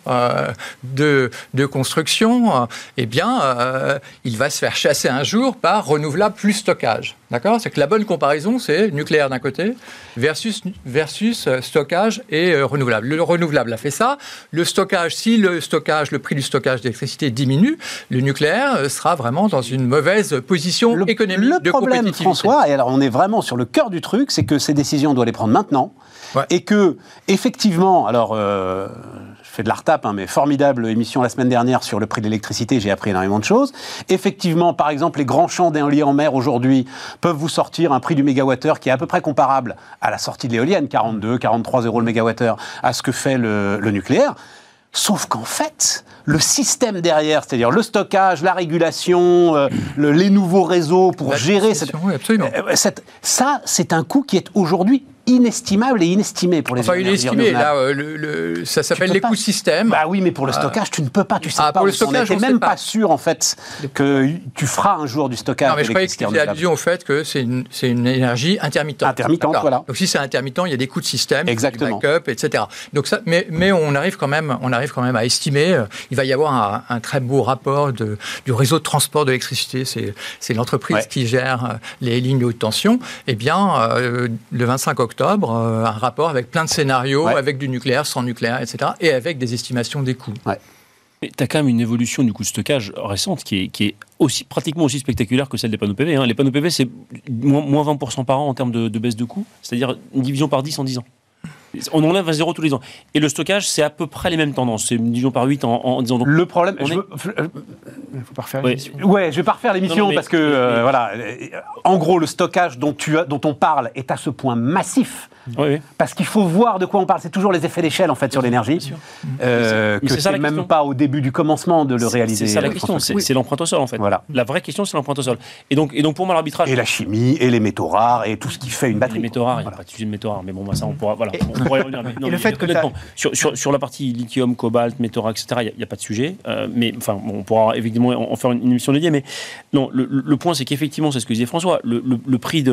de construction, eh bien, il va se faire chasser un jour par renouvelable plus stockage. D'accord ? C'est que la bonne comparaison, c'est nucléaire d'un côté versus stockage et renouvelable. Le renouvelable a fait ça. Le stockage, si le prix du stockage d'électricité diminue, le nucléaire sera vraiment dans une mauvaise position économique de compétitivité. Le problème, François, et alors on est vraiment sur le cœur du truc, c'est que ces décisions, on doit les prendre maintenant. Ouais. Et que, effectivement, alors... je fais de la retape, mais formidable émission la semaine dernière sur le prix de l'électricité, j'ai appris énormément de choses. Effectivement, par exemple, les grands champs d'éolien en mer aujourd'hui peuvent vous sortir un prix du mégawattheure qui est à peu près comparable à la sortie de l'éolienne, 42, 43 euros le mégawattheure, à ce que fait le nucléaire. Sauf qu'en fait, le système derrière, c'est-à-dire le stockage, la régulation, les nouveaux réseaux pour gérer... Oui, absolument. Ça, c'est un coût qui est aujourd'hui inestimable et inestimé pour les énergies renouvelables. Là, ça s'appelle l'écosystème. Bah oui, mais pour le stockage, tu ne peux pas. Tu sais pas. Pour le stockage, on n'était même pas sûr, en fait, que tu feras un jour du stockage. Non, mais je croyais que c'était allusion au fait que c'est une énergie intermittente. Intermittente, voilà. Donc si c'est intermittent, il y a des coûts de système, exactement, du backup, etc. Donc ça, mais on arrive quand même à estimer. Il va y avoir un très beau rapport du réseau de transport de l'électricité. C'est l'entreprise qui gère les lignes haute tension. Eh bien, le 25 octobre, un rapport avec plein de scénarios, avec du nucléaire, sans nucléaire, etc., et avec des estimations des coûts. Ouais. Tu as quand même une évolution du coût de stockage récente qui est pratiquement aussi spectaculaire que celle des panneaux PV. Les panneaux PV, c'est moins 20% par an en termes de baisse de coût, c'est-à-dire une division par 10 en 10 ans. On enlève à 0 tous les ans. Et le stockage, c'est à peu près les mêmes tendances. C'est une division par 8 en 10 ans. Donc, le problème... Il ne faut pas refaire l'émission. Ouais, je ne vais pas refaire l'émission parce que, voilà, en gros, le stockage dont on parle est à ce point massif. Parce qu'il faut voir de quoi on parle. C'est toujours les effets d'échelle, en fait, sur l'énergie. Que c'est même pas au début du commencement de le réaliser. C'est ça la question. C'est l'empreinte au sol, en fait. Voilà. La vraie question, c'est l'empreinte au sol. Et donc pour moi, l'arbitrage... Et la chimie, et les métaux rares, et tout ce qui fait une batterie. Les métaux rares, il n'y a pas de sujet de métaux rares. Mais bon, ça, on pourra... Voilà. On pourrait y revenir. Mais non, et le fait que sur la partie lithium, cobalt, métaux rares, etc., il n'y a pas de sujet. Mais enfin, on pourra évidemment en faire une émission dédiée. Mais non, le point, c'est qu'effectivement, c'est ce que disait François, le prix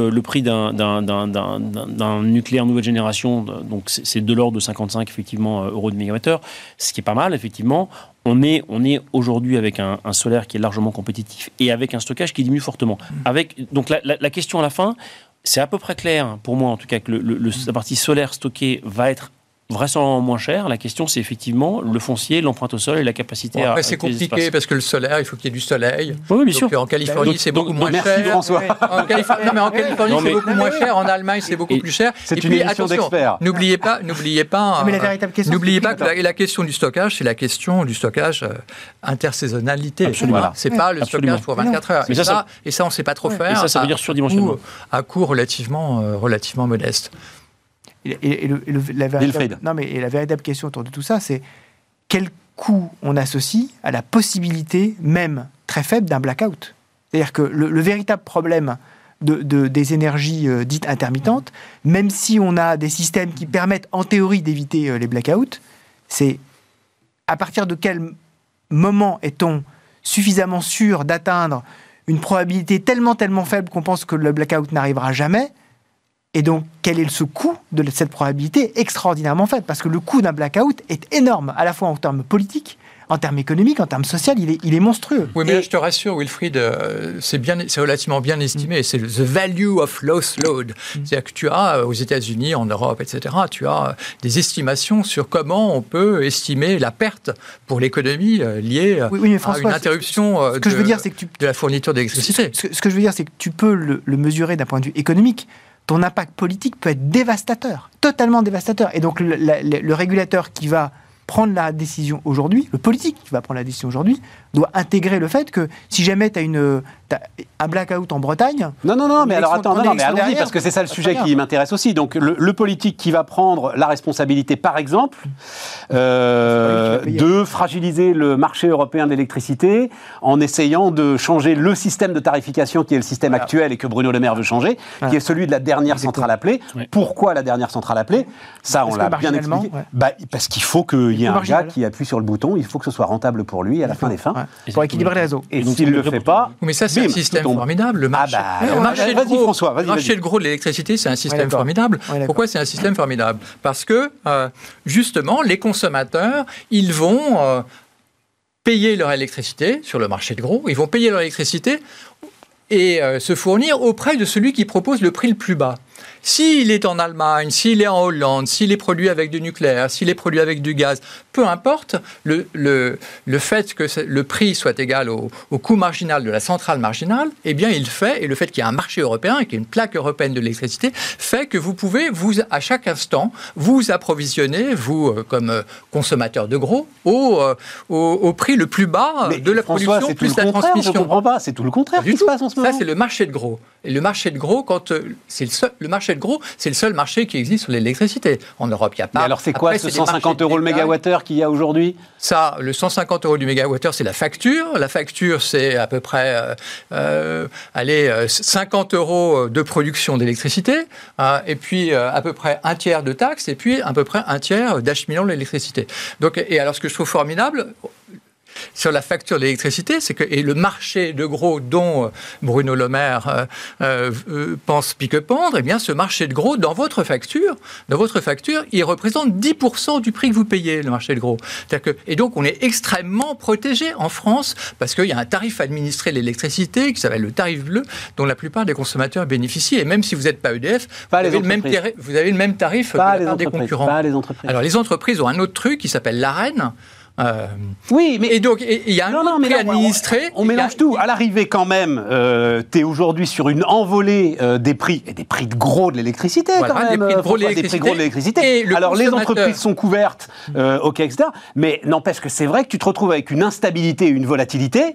d'un nucléaire nouvelle génération, donc c'est de l'ordre de 55 effectivement euros de mégawattheure, ce qui est pas mal effectivement. On est aujourd'hui avec un solaire qui est largement compétitif et avec un stockage qui diminue fortement. Donc la question à la fin, c'est à peu près clair pour moi en tout cas que la partie solaire stockée va être vraisemblablement moins cher. La question, c'est effectivement le foncier, l'empreinte au sol et la capacité à... c'est compliqué parce que le solaire, il faut qu'il y ait du soleil. Oui, bien sûr. En Californie, c'est beaucoup moins cher. Merci François. En Californie, c'est beaucoup moins cher. En Allemagne, c'est beaucoup plus cher. C'est une émission d'experts. N'oubliez pas. Mais la véritable question. N'oubliez pas que la question du stockage, c'est la question du stockage intersaisonnalité. Absolument. Voilà. C'est pas le stockage pour 24 heures. Et ça, on ne sait pas trop faire. Et ça veut dire surdimensionnement. À coût relativement modeste. Et la véritable question autour de tout ça, c'est quel coût on associe à la possibilité même très faible d'un blackout. C'est-à-dire que le véritable problème des énergies dites intermittentes, même si on a des systèmes qui permettent en théorie d'éviter les blackouts, c'est à partir de quel moment est-on suffisamment sûr d'atteindre une probabilité tellement faible qu'on pense que le blackout n'arrivera jamais. Et donc, quel est ce coût de cette probabilité extraordinairement faible ? Parce que le coût d'un blackout est énorme, à la fois en termes politiques, en termes économiques, en termes sociaux, il est monstrueux. Oui, mais là, je te rassure, Wilfried, c'est relativement bien estimé. C'est the value of loss load. C'est-à-dire que tu as, aux États-Unis, en Europe, etc., tu as des estimations sur comment on peut estimer la perte pour l'économie liée à une interruption de la fourniture d'électricité. Ce que je veux dire, c'est que tu peux le mesurer d'un point de vue économique. Ton impact politique peut être dévastateur, totalement dévastateur. Et donc, le régulateur qui va prendre la décision aujourd'hui, le politique qui va prendre la décision aujourd'hui, doit intégrer le fait que si jamais tu as un blackout en Bretagne... Non, mais alors attends, mais allons-y, parce que c'est ça le sujet qui m'intéresse aussi. Donc le politique qui va prendre la responsabilité, par exemple, de fragiliser le marché européen de l'électricité en essayant de changer le système de tarification qui est le système actuel et que Bruno Le Maire veut changer, qui est celui de la dernière centrale appelée. Pourquoi la dernière centrale appelée ? Ça, on l'a bien expliqué. Parce qu'il faut qu'il y ait un gars qui appuie sur le bouton, il faut que ce soit rentable pour lui à la fin des fins. Pour équilibrer les réseaux. Et s'il ne le fait pas... Mais ça, c'est un système formidable. Le marché, le marché de gros de l'électricité, c'est un système formidable. Pourquoi c'est un système formidable ? Parce que, justement, les consommateurs, ils vont payer leur électricité sur le marché de gros. Ils vont payer leur électricité et se fournir auprès de celui qui propose le prix le plus bas. S'il est en Allemagne, s'il est en Hollande, s'il est produit avec du nucléaire, s'il est produit avec du gaz, peu importe, le fait que le prix soit égal au coût marginal de la centrale marginale, eh bien il fait, et le fait qu'il y ait un marché européen et qu'il y ait une plaque européenne de l'électricité, fait que vous pouvez, à chaque instant, vous approvisionner, vous, comme consommateur de gros, au prix le plus bas de la production plus la transmission. Je ne comprends pas, c'est tout le contraire qui se passe en ce moment. Ça, c'est le marché de gros. Et le marché de gros, le marché de gros, c'est le seul marché qui existe sur l'électricité. En Europe, il n'y a pas... Mais alors, c'est quoi ce 150 € le mégawattheure qu'il y a aujourd'hui ? Ça, le 150 € du mégawattheure, c'est la facture. La facture, c'est à peu près 50 € de production d'électricité, et puis à peu près un tiers de taxes, et puis à peu près un tiers d'acheminement de l'électricité. Donc, et alors, ce que je trouve formidable... sur la facture de l'électricité, c'est que et le marché de gros dont Bruno Le Maire pense pique-pendre, eh bien ce marché de gros dans votre facture, il représente 10% du prix que vous payez, le marché de gros. Et donc on est extrêmement protégé en France parce qu'il y a un tarif administré de l'électricité qui s'appelle le tarif bleu, dont la plupart des consommateurs bénéficient. Et même si vous n'êtes pas EDF, vous avez le même tarif que la part des concurrents. Pas les entreprises. Alors les entreprises ont un autre truc qui s'appelle l'AREN. Oui, mais et donc il y a un prix administré. On mélange tout. À l'arrivée, quand même, tu es aujourd'hui sur une envolée des prix et des prix de gros de l'électricité. Voilà, quand même, des prix de gros de l'électricité. Alors les entreprises sont couvertes, ok, etc. Mais n'empêche que c'est vrai que tu te retrouves avec une instabilité, une volatilité.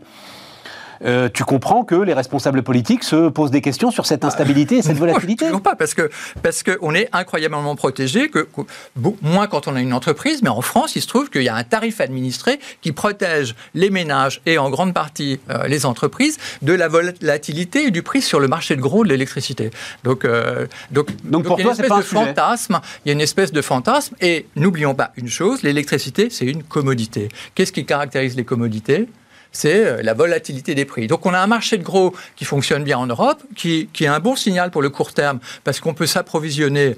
Tu comprends que les responsables politiques se posent des questions sur cette instabilité et cette volatilité. Non, pas, parce que on est incroyablement protégé, moins quand on a une entreprise, mais en France, il se trouve qu'il y a un tarif administré qui protège les ménages et en grande partie les entreprises de la volatilité et du prix sur le marché de gros de l'électricité. Donc pour toi, c'est pas un sujet. Il y a une espèce de fantasme, et n'oublions pas une chose, l'électricité, c'est une commodité. Qu'est-ce qui caractérise les commodités ? C'est la volatilité des prix. Donc on a un marché de gros qui fonctionne bien en Europe, qui est un bon signal pour le court terme, parce qu'on peut s'approvisionner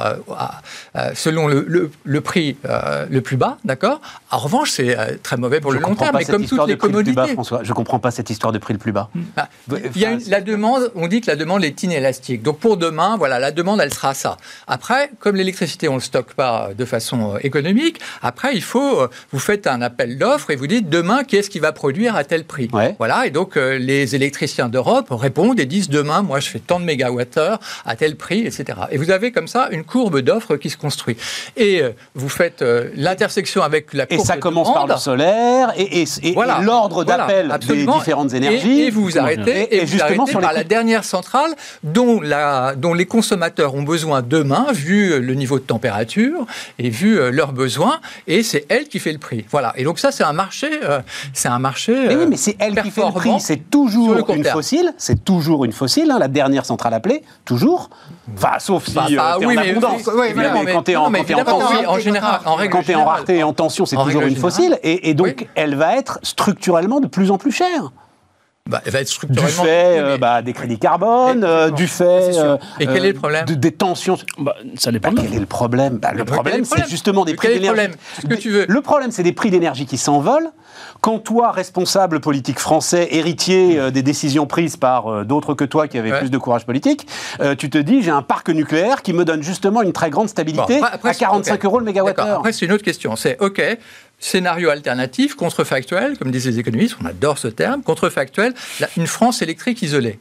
selon le prix le plus bas, d'accord ? En revanche, c'est très mauvais pour le long terme, mais comme toutes les commodités. François, je ne comprends pas cette histoire de prix le plus bas. Il y a la demande, on dit que la demande est inélastique. Donc pour demain, voilà, la demande, elle sera ça. Après, comme l'électricité, on ne le stocke pas de façon économique, après, vous faites un appel d'offres et vous dites, demain, qui est-ce qui va produire à tel prix. Ouais. Voilà, et donc les électriciens d'Europe répondent et disent demain, moi je fais tant de mégawattheures à tel prix, etc. Et vous avez comme ça une courbe d'offres qui se construit. Et vous faites l'intersection avec la courbe de demande. Et ça commence par le solaire et voilà, l'ordre d'appel des différentes énergies. Et vous vous arrêtez, et vous arrêtez par la dernière centrale dont les consommateurs ont besoin demain, vu le niveau de température et vu leurs besoins, et c'est elle qui fait le prix. Voilà. Et donc ça, c'est un marché. Mais oui, mais c'est elle qui fait le prix. C'est toujours une fossile. C'est toujours une fossile. La dernière centrale appelée, toujours. Enfin, sauf si t'es en abondance. Mais quand t'es en tension, en général, quand t'es en rareté et en tension, c'est toujours une fossile. Et donc, elle va être structurellement de plus en plus chère. Elle va être structurellement... Du fait des crédits carbone, du fait... Et quel est le problème des tensions... Ça dépend. Quel est le problème Le problème, c'est justement des prix d'énergie. Le problème, c'est des prix d'énergie qui s'envolent. Quand toi, responsable politique français, héritier des décisions prises par d'autres que toi qui avaient plus de courage politique, tu te dis, j'ai un parc nucléaire qui me donne justement une très grande stabilité à 45 € le mégawattheure. Après, c'est une autre question. C'est, scénario alternatif, contrefactuel, comme disent les économistes, on adore ce terme, contrefactuel, une France électrique isolée.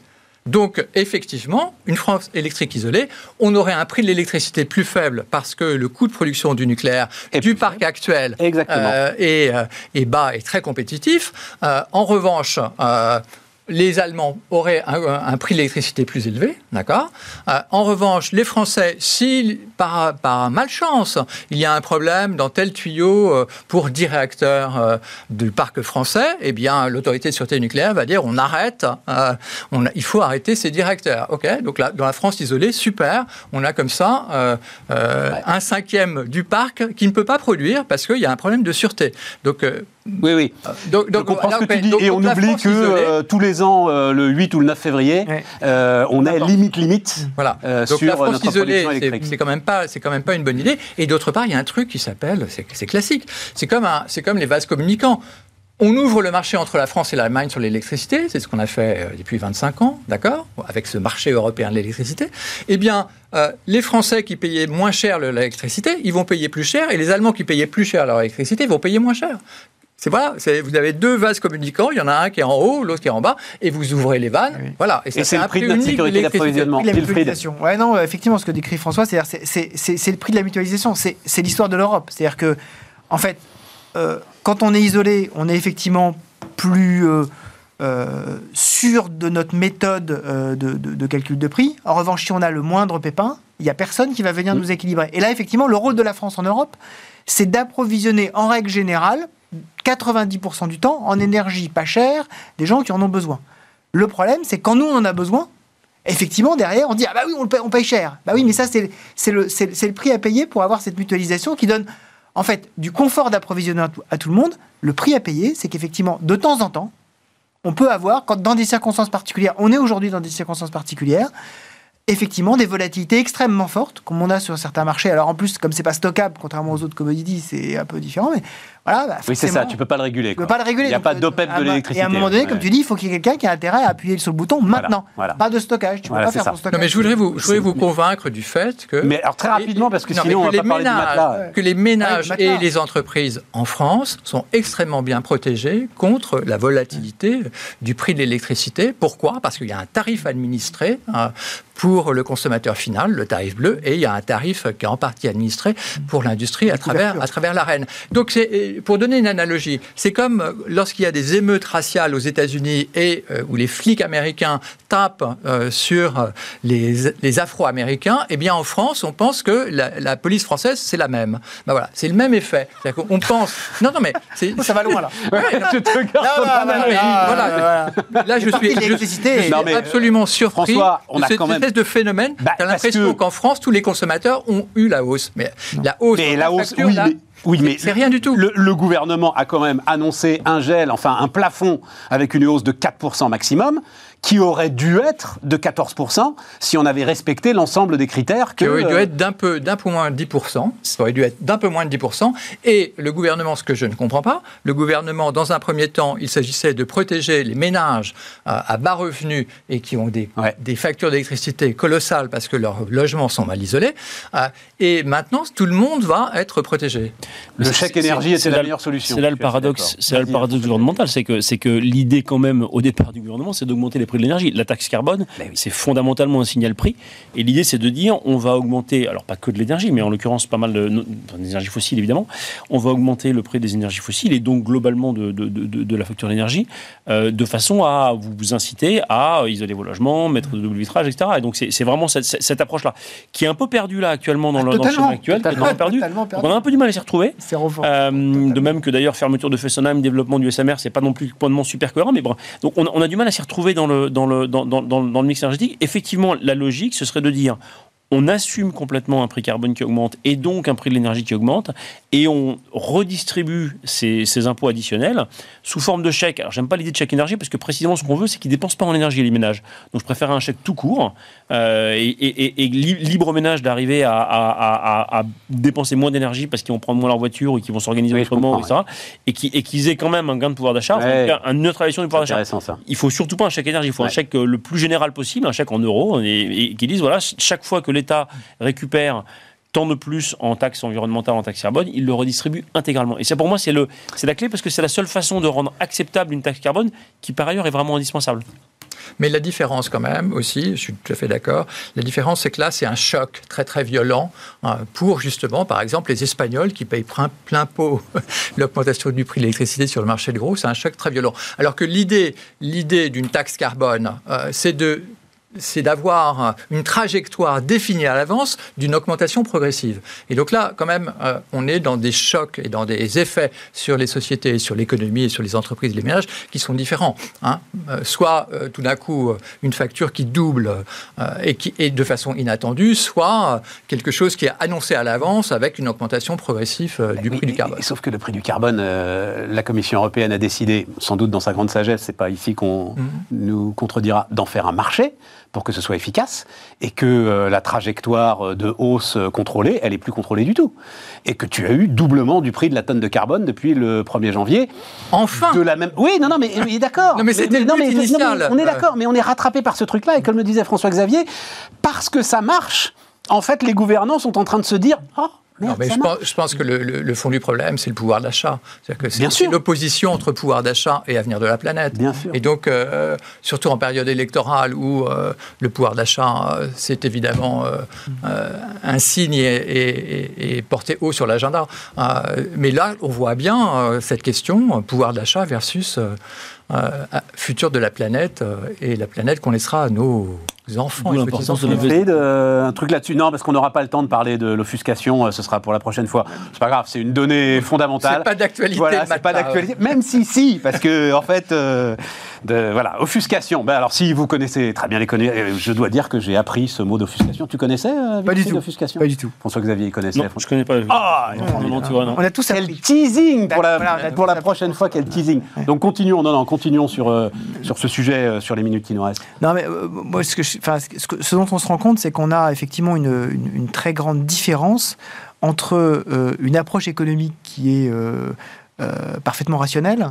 Donc, effectivement, une France électrique isolée, on aurait un prix de l'électricité plus faible parce que le coût de production du nucléaire du parc actuel est bas et très compétitif. En revanche, les Allemands auraient un prix de l'électricité plus élevé, d'accord. En revanche, les Français, si par malchance, il y a un problème dans tel tuyau pour 10 réacteurs du parc français, eh bien, l'autorité de sûreté nucléaire va dire on arrête, il faut arrêter ces 10 réacteurs. Ok, donc là, dans la France isolée, super, on a comme ça un cinquième du parc qui ne peut pas produire parce qu'il y a un problème de sûreté. Donc, oui. Donc, je comprends ce que tu dis. Et on oublie que tous les ans, le 8 ou le 9 février, on est limite voilà. Donc sur la France notre isolée, production électrique. c'est quand même pas une bonne idée. Et d'autre part, il y a un truc qui s'appelle, c'est classique, c'est comme les vases communicants. On ouvre le marché entre la France et l'Allemagne sur l'électricité, c'est ce qu'on a fait depuis 25 ans, d'accord, avec ce marché européen de l'électricité. Eh bien, les Français qui payaient moins cher l'électricité, ils vont payer plus cher, et les Allemands qui payaient plus cher leur électricité vont payer moins cher. Vous avez deux vases communicants, il y en a un qui est en haut, l'autre qui est en bas, et vous ouvrez les vannes, voilà. Et c'est le prix de notre sécurité d'approvisionnement. La mutualisation. Ouais, non, effectivement, ce que décrit François, c'est le prix de la mutualisation. C'est l'histoire de l'Europe. C'est-à-dire que, en fait, quand on est isolé, on est effectivement plus sûr de notre méthode de calcul de prix. En revanche, si on a le moindre pépin, il n'y a personne qui va venir nous équilibrer. Et là, effectivement, le rôle de la France en Europe, c'est d'approvisionner, en règle générale, 90% du temps, en énergie pas chère, des gens qui en ont besoin. Le problème, c'est quand nous, on en a besoin, effectivement, derrière, on dit « Ah bah oui, on paye cher ». Bah oui, mais ça, c'est le prix à payer pour avoir cette mutualisation qui donne, en fait, du confort d'approvisionnement à tout le monde. Le prix à payer, c'est qu'effectivement, de temps en temps, on peut avoir, dans des circonstances particulières, on est aujourd'hui dans des circonstances particulières, effectivement, des volatilités extrêmement fortes, comme on a sur certains marchés. Alors en plus, comme c'est pas stockable, contrairement aux autres commodities, c'est un peu différent, mais voilà. Oui, c'est ça, tu peux pas le réguler. Tu peux pas le réguler. Il n'y a pas d'OPEP de l'électricité. Et à un moment donné, comme tu dis, il faut qu'il y ait quelqu'un qui a intérêt à appuyer sur le bouton maintenant. Voilà. Pas de stockage, tu peux pas faire ton stockage. Non, mais je voudrais vous convaincre du fait que... Mais alors très rapidement, parce que sinon on va pas parler du matelas. Que les ménages et les entreprises en France sont extrêmement bien protégés contre la volatilité du prix de l'électricité. Pourquoi ? Parce qu'il y a un tarif administré pour le consommateur final, le tarif bleu, et il y a un tarif qui est en partie administré pour l'industrie à travers l'AREN. Donc, pour donner une analogie, c'est comme lorsqu'il y a des émeutes raciales aux États-Unis et où les flics américains tapent sur les Afro-Américains, eh bien en France, on pense que la police française, c'est la même. Ben voilà, c'est le même effet. C'est-à-dire qu'on pense... Non, mais... Ça va loin, là. Je te regarde. Là, je suis absolument surpris. François, on a quand même de phénomène. T'as l'impression qu'en France, tous les consommateurs ont eu la hausse. Mais la hausse, oui, mais c'est rien du tout. Le gouvernement a quand même annoncé un gel, enfin un plafond avec une hausse de 4% maximum, qui aurait dû être de 14% si on avait respecté l'ensemble des critères. Qui aurait dû être d'un peu moins de 10%. Ça aurait dû être d'un peu moins de 10%. Et le gouvernement, ce que je ne comprends pas, le gouvernement, dans un premier temps, il s'agissait de protéger les ménages à bas revenus et qui ont des factures d'électricité colossales parce que leurs logements sont mal isolés. Et maintenant, tout le monde va être protégé. Le chèque énergie était la meilleure solution. C'est là le paradoxe. C'est là le paradoxe gouvernemental, c'est que l'idée quand même au départ du gouvernement, c'est d'augmenter les prix de l'énergie. La taxe carbone, c'est fondamentalement un signal prix. Et l'idée, c'est de dire, on va augmenter, alors pas que de l'énergie, mais en l'occurrence pas mal des énergies fossiles évidemment. On va augmenter le prix des énergies fossiles et donc globalement de la facture d'énergie, de façon à vous inciter à isoler vos logements, mettre de double vitrage, etc. Et donc c'est vraiment cette approche-là qui est un peu perdue là actuellement dans le schéma actuel. On a un peu du mal à s'y retrouver. De même que d'ailleurs fermeture de Fessenheim, développement du SMR, c'est pas non plus complètement super cohérent, mais bon. Donc on a du mal à s'y retrouver dans le mix énergétique. Effectivement, la logique, ce serait de dire on assume complètement un prix carbone qui augmente et donc un prix de l'énergie qui augmente et on redistribue ces impôts additionnels sous forme de chèques. Alors, j'aime pas l'idée de chèque énergie parce que précisément ce qu'on veut, c'est qu'ils ne dépensent pas en énergie les ménages. Donc, je préfère un chèque tout court et libre aux ménages d'arriver à dépenser moins d'énergie parce qu'ils vont prendre moins leur voiture ou qu'ils vont s'organiser autrement, etc. Et qu'ils aient quand même un gain de pouvoir d'achat, en tout cas, une neutralisation du pouvoir d'achat. Il faut surtout pas un chèque énergie, il faut un chèque le plus général possible, un chèque en euros et qui disent, voilà, chaque fois que l'État récupère tant de plus en taxes environnementales, en taxes carbone, il le redistribue intégralement. Et ça, pour moi, c'est la clé parce que c'est la seule façon de rendre acceptable une taxe carbone qui, par ailleurs, est vraiment indispensable. Mais la différence quand même aussi, je suis tout à fait d'accord, la différence c'est que là c'est un choc très très violent pour justement par exemple les Espagnols qui payent plein pot l'augmentation du prix de l'électricité sur le marché de gros, c'est un choc très violent. Alors que l'idée d'une taxe carbone, c'est d'avoir une trajectoire définie à l'avance d'une augmentation progressive. Et donc là, quand même, on est dans des chocs et dans des effets sur les sociétés, sur l'économie et sur les entreprises, les ménages, qui sont différents. Soit, tout d'un coup, une facture qui double et qui est de façon inattendue, soit quelque chose qui est annoncé à l'avance avec une augmentation progressive du prix du carbone. Sauf que le prix du carbone, la Commission européenne a décidé, sans doute dans sa grande sagesse, c'est pas ici qu'on nous contredira, d'en faire un marché pour que ce soit efficace, et que la trajectoire de hausse contrôlée, elle est plus contrôlée du tout. Et que tu as eu doublement du prix de la tonne de carbone depuis le 1er janvier. Enfin de la même... Oui, non, mais d'accord. Non, mais c'était le but initial. On est d'accord, mais on est rattrapé par ce truc-là, et comme le disait François-Xavier, parce que ça marche, en fait, les gouvernants sont en train de se dire... Oh, merde, non, mais je pense que le fond du problème, c'est le pouvoir d'achat. C'est-à-dire que c'est l'opposition entre pouvoir d'achat et avenir de la planète. Bien sûr. Et donc, surtout en période électorale où le pouvoir d'achat, c'est évidemment un signe et porté haut sur l'agenda. Mais là, on voit bien cette question, pouvoir d'achat versus futur de la planète et la planète qu'on laissera à nos enfants. Un truc là-dessus. Non, parce qu'on n'aura pas le temps de parler de l'offuscation, ce sera pour la prochaine fois. C'est pas grave, c'est une donnée fondamentale. C'est pas d'actualité. Voilà, c'est pas d'actualité. Même si, parce que, en fait, voilà, offuscation. Ben alors, si vous connaissez très bien je dois dire que j'ai appris ce mot d'offuscation. Tu connaissais pas du tout. D'offuscation ? Pas du tout. François-Xavier, il connaissait. Non, je connais pas. On a tous appris. Quel teasing pour la prochaine fois, quel teasing. Donc, continuons sur ce sujet, sur les minutes qui nous restent. Non, mais moi, ce dont on se rend compte, c'est qu'on a effectivement une très grande différence entre une approche économique qui est parfaitement rationnelle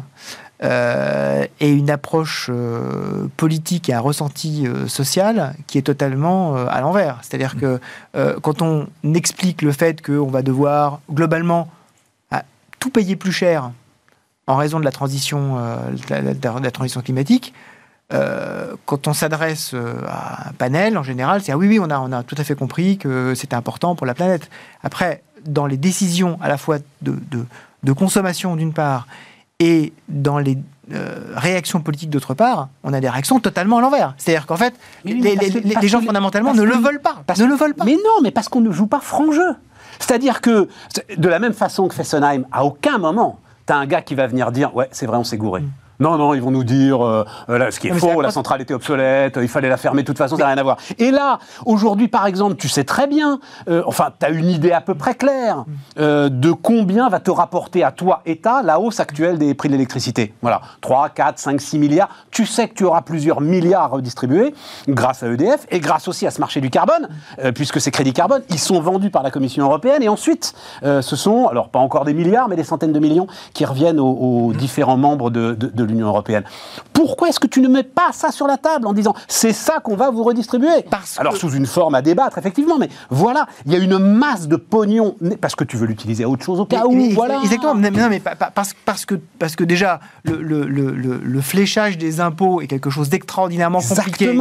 et une approche politique et un ressenti social qui est totalement à l'envers. C'est-à-dire que quand on explique le fait qu'on va devoir globalement tout payer plus cher en raison de la transition, de la transition climatique, quand on s'adresse à un panel, en général, c'est oui, on a tout à fait compris que c'était important pour la planète. Après, dans les décisions à la fois de consommation d'une part et dans les réactions politiques d'autre part, on a des réactions totalement à l'envers. C'est-à-dire qu'en fait, les gens fondamentalement ne le veulent pas. Mais non, mais parce qu'on ne joue pas franc jeu. C'est-à-dire que, de la même façon que Fessenheim, à aucun moment, t'as un gars qui va venir dire « Ouais, c'est vrai, on s'est gouré ». Non, ils vont nous dire ce qui est faux, la centrale était obsolète, il fallait la fermer, de toute façon, ça n'a rien à voir. Et là, aujourd'hui, par exemple, tu sais très bien, tu as une idée à peu près claire de combien va te rapporter à toi, État, la hausse actuelle des prix de l'électricité. Voilà, 3, 4, 5, 6 milliards. Tu sais que tu auras plusieurs milliards à redistribuer grâce à EDF et grâce aussi à ce marché du carbone, puisque ces crédits carbone, ils sont vendus par la Commission européenne. Et ensuite, ce sont, alors pas encore des milliards, mais des centaines de millions qui reviennent aux différents membres de l'Union européenne. Pourquoi est-ce que tu ne mets pas ça sur la table en disant c'est ça qu'on va vous redistribuer ? Alors sous une forme à débattre, effectivement, mais voilà, il y a une masse de pognon, parce que tu veux l'utiliser à autre chose au cas où, voilà. Exactement, non, mais parce que déjà, le fléchage des impôts est quelque chose d'extraordinairement compliqué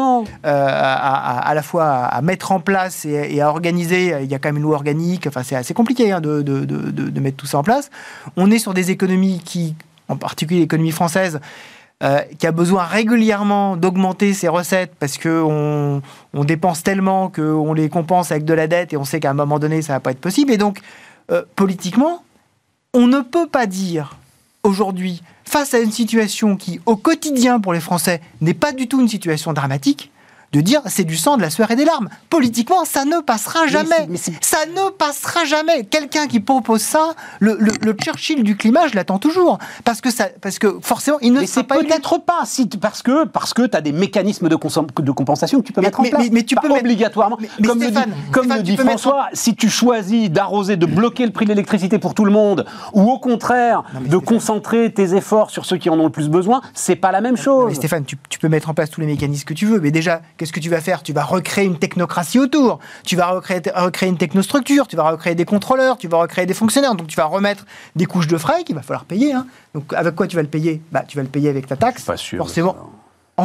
à la fois à mettre en place et à organiser. Il y a quand même une loi organique, enfin c'est assez compliqué de mettre tout ça en place. On est sur des économies qui, en particulier l'économie française, qui a besoin régulièrement d'augmenter ses recettes parce qu'on dépense tellement qu'on les compense avec de la dette et on sait qu'à un moment donné, ça ne va pas être possible. Et donc, politiquement, on ne peut pas dire aujourd'hui, face à une situation qui, au quotidien pour les Français, n'est pas du tout une situation dramatique, de dire c'est du sang, de la sueur et des larmes. Politiquement, ça ne passera jamais. Ça ne passera jamais. Quelqu'un qui propose ça, le Churchill du climat, je l'attends toujours. Parce que forcément, il ne sait pas. Peut-être pas, parce que tu as des mécanismes de compensation que tu peux mettre en place. Mais tu peux obligatoirement. Comme le dit François, si tu choisis d'arroser, de bloquer le prix de l'électricité pour tout le monde, ou au contraire, de concentrer tes efforts sur ceux qui en ont le plus besoin, c'est pas la même chose. Mais Stéphane, tu peux mettre en place tous les mécanismes que tu veux, mais déjà, qu'est-ce que tu vas faire ? Tu vas recréer une technocratie autour, tu vas recréer une technostructure, tu vas recréer des contrôleurs, tu vas recréer des fonctionnaires, donc tu vas remettre des couches de frais qu'il va falloir payer. Donc avec quoi tu vas le payer ? Tu vas le payer avec ta taxe, pas sûr, forcément. En France ?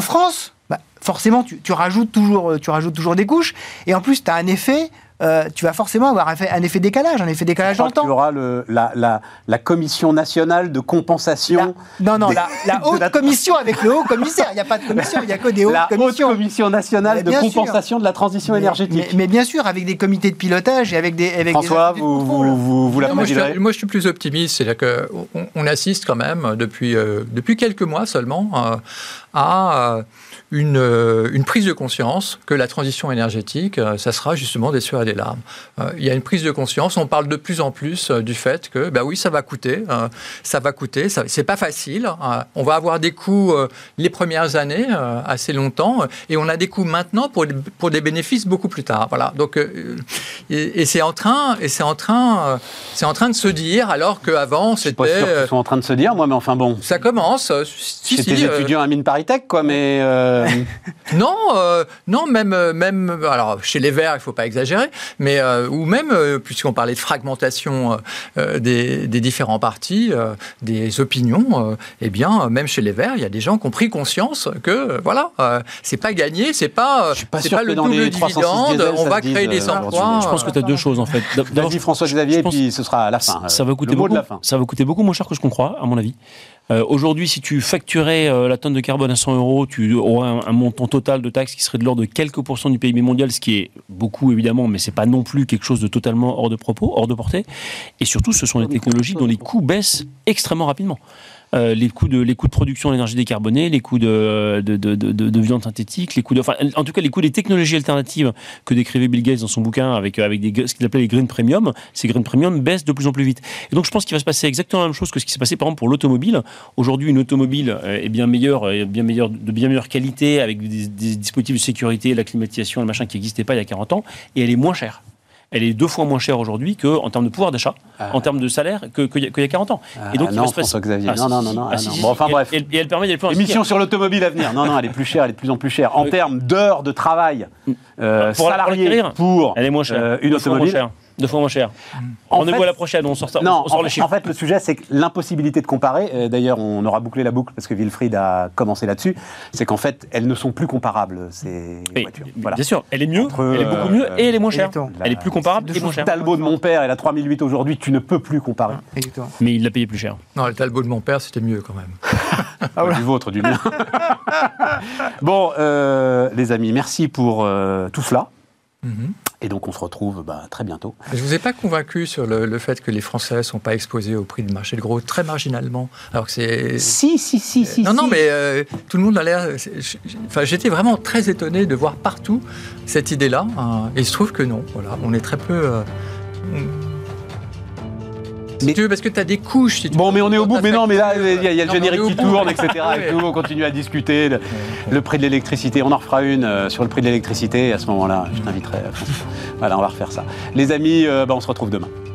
forcément, tu rajoutes toujours des couches. Et en plus, tu as un effet... tu vas forcément avoir un effet décalage dans le temps. Tu auras la commission nationale de compensation. La haute commission avec le haut commissaire. Il n'y a pas de commission, il n'y a que des hautes commissions. La haute commission nationale de compensation de la transition énergétique. Mais bien sûr, avec des comités de pilotage et avec des François, vous l'approcherez. Moi, je suis plus optimiste. C'est-à-dire qu'on assiste quand même depuis quelques mois seulement à une prise de conscience que la transition énergétique, ça sera justement des sueurs et des larmes. Il y a une prise de conscience, on parle de plus en plus du fait que, oui, ça va coûter, c'est pas facile, on va avoir des coûts les premières années, assez longtemps, et on a des coûts maintenant pour des bénéfices beaucoup plus tard. Voilà. Donc, et c'est en train de se dire, alors qu'avant, c'était... Je suis pas sûr qu'ils sont en train de se dire, moi, mais enfin bon. Ça commence. J'étais étudiant à Mines ParisTech, quoi, mais... Non, même alors chez les Verts, il ne faut pas exagérer, mais ou même, puisqu'on parlait de fragmentation des différents partis, des opinions, même chez les Verts, il y a des gens qui ont pris conscience que c'est pas gagné, c'est pas le double dividende, on va créer des emplois. Je pense que tu as deux choses en fait. Vas-y François-Xavier, puis ce sera à la fin. Ça va coûter beaucoup moins cher que ce qu'on croit, à mon avis. Aujourd'hui, si tu facturais la tonne de carbone à 100 €, tu aurais un montant total de taxes qui serait de l'ordre de quelques pourcents du PIB mondial, ce qui est beaucoup évidemment, mais c'est pas non plus quelque chose de totalement hors de propos, hors de portée. Et surtout, ce sont des technologies dont les coûts baissent extrêmement rapidement. Les coûts de production d'énergie décarbonée, les coûts de viande synthétique, en tout cas les coûts des technologies alternatives que décrivait Bill Gates dans son bouquin avec ce qu'il appelait les green premium. Ces green premium baissent de plus en plus vite. Et donc je pense qu'il va se passer exactement la même chose que ce qui s'est passé par exemple pour l'automobile. Aujourd'hui, une automobile est de bien meilleure qualité avec des dispositifs de sécurité, la climatisation, le machin qui n'existait pas il y a 40 ans, et elle est moins chère. Elle est 2 fois moins chère aujourd'hui en termes de pouvoir d'achat, en termes de salaire qu'il y a 40 ans. Et donc, non, François-Xavier. Bref. Et elle permet d'aller plus loin. Émission sur l'automobile à venir. Non, elle est plus chère, elle est de plus en plus chère. En termes d'heures de travail salariés pour elle est moins chère. Une automobile. 2 fois moins cher. Rendez-vous à la prochaine, on sort les chiffres. En fait, le sujet, c'est que l'impossibilité de comparer, d'ailleurs, on aura bouclé la boucle parce que Wilfried a commencé là-dessus, c'est qu'en fait, elles ne sont plus comparables, ces voitures. Voilà. Bien sûr, elle est mieux, elle est beaucoup mieux et elle est moins chère. Elle est plus comparable et moins chère. Le Talbot de mon père et la 3008 aujourd'hui, tu ne peux plus comparer. Mais il l'a payé plus cher. Non, le Talbot de mon père, c'était mieux quand même. Du vôtre, du mien. Bon, les amis, merci pour tout cela. Et donc on se retrouve très bientôt. Je ne vous ai pas convaincu sur le fait que les Français ne sont pas exposés au prix de marché de gros très marginalement. Alors que c'est... Si. Non, mais tout le monde a l'air... j'étais vraiment très étonné de voir partout cette idée-là. Et il se trouve que non. Voilà, on est très peu... Si tu veux, parce que tu as des couches. Si tu mais on est au bout. Mais non, mais là, il y a le générique qui tourne, etc. Et tout, on continue à discuter. Le prix de l'électricité, on en refera une sur le prix de l'électricité. Et à ce moment-là, je t'inviterai. Voilà, on va refaire ça. Les amis, on se retrouve demain.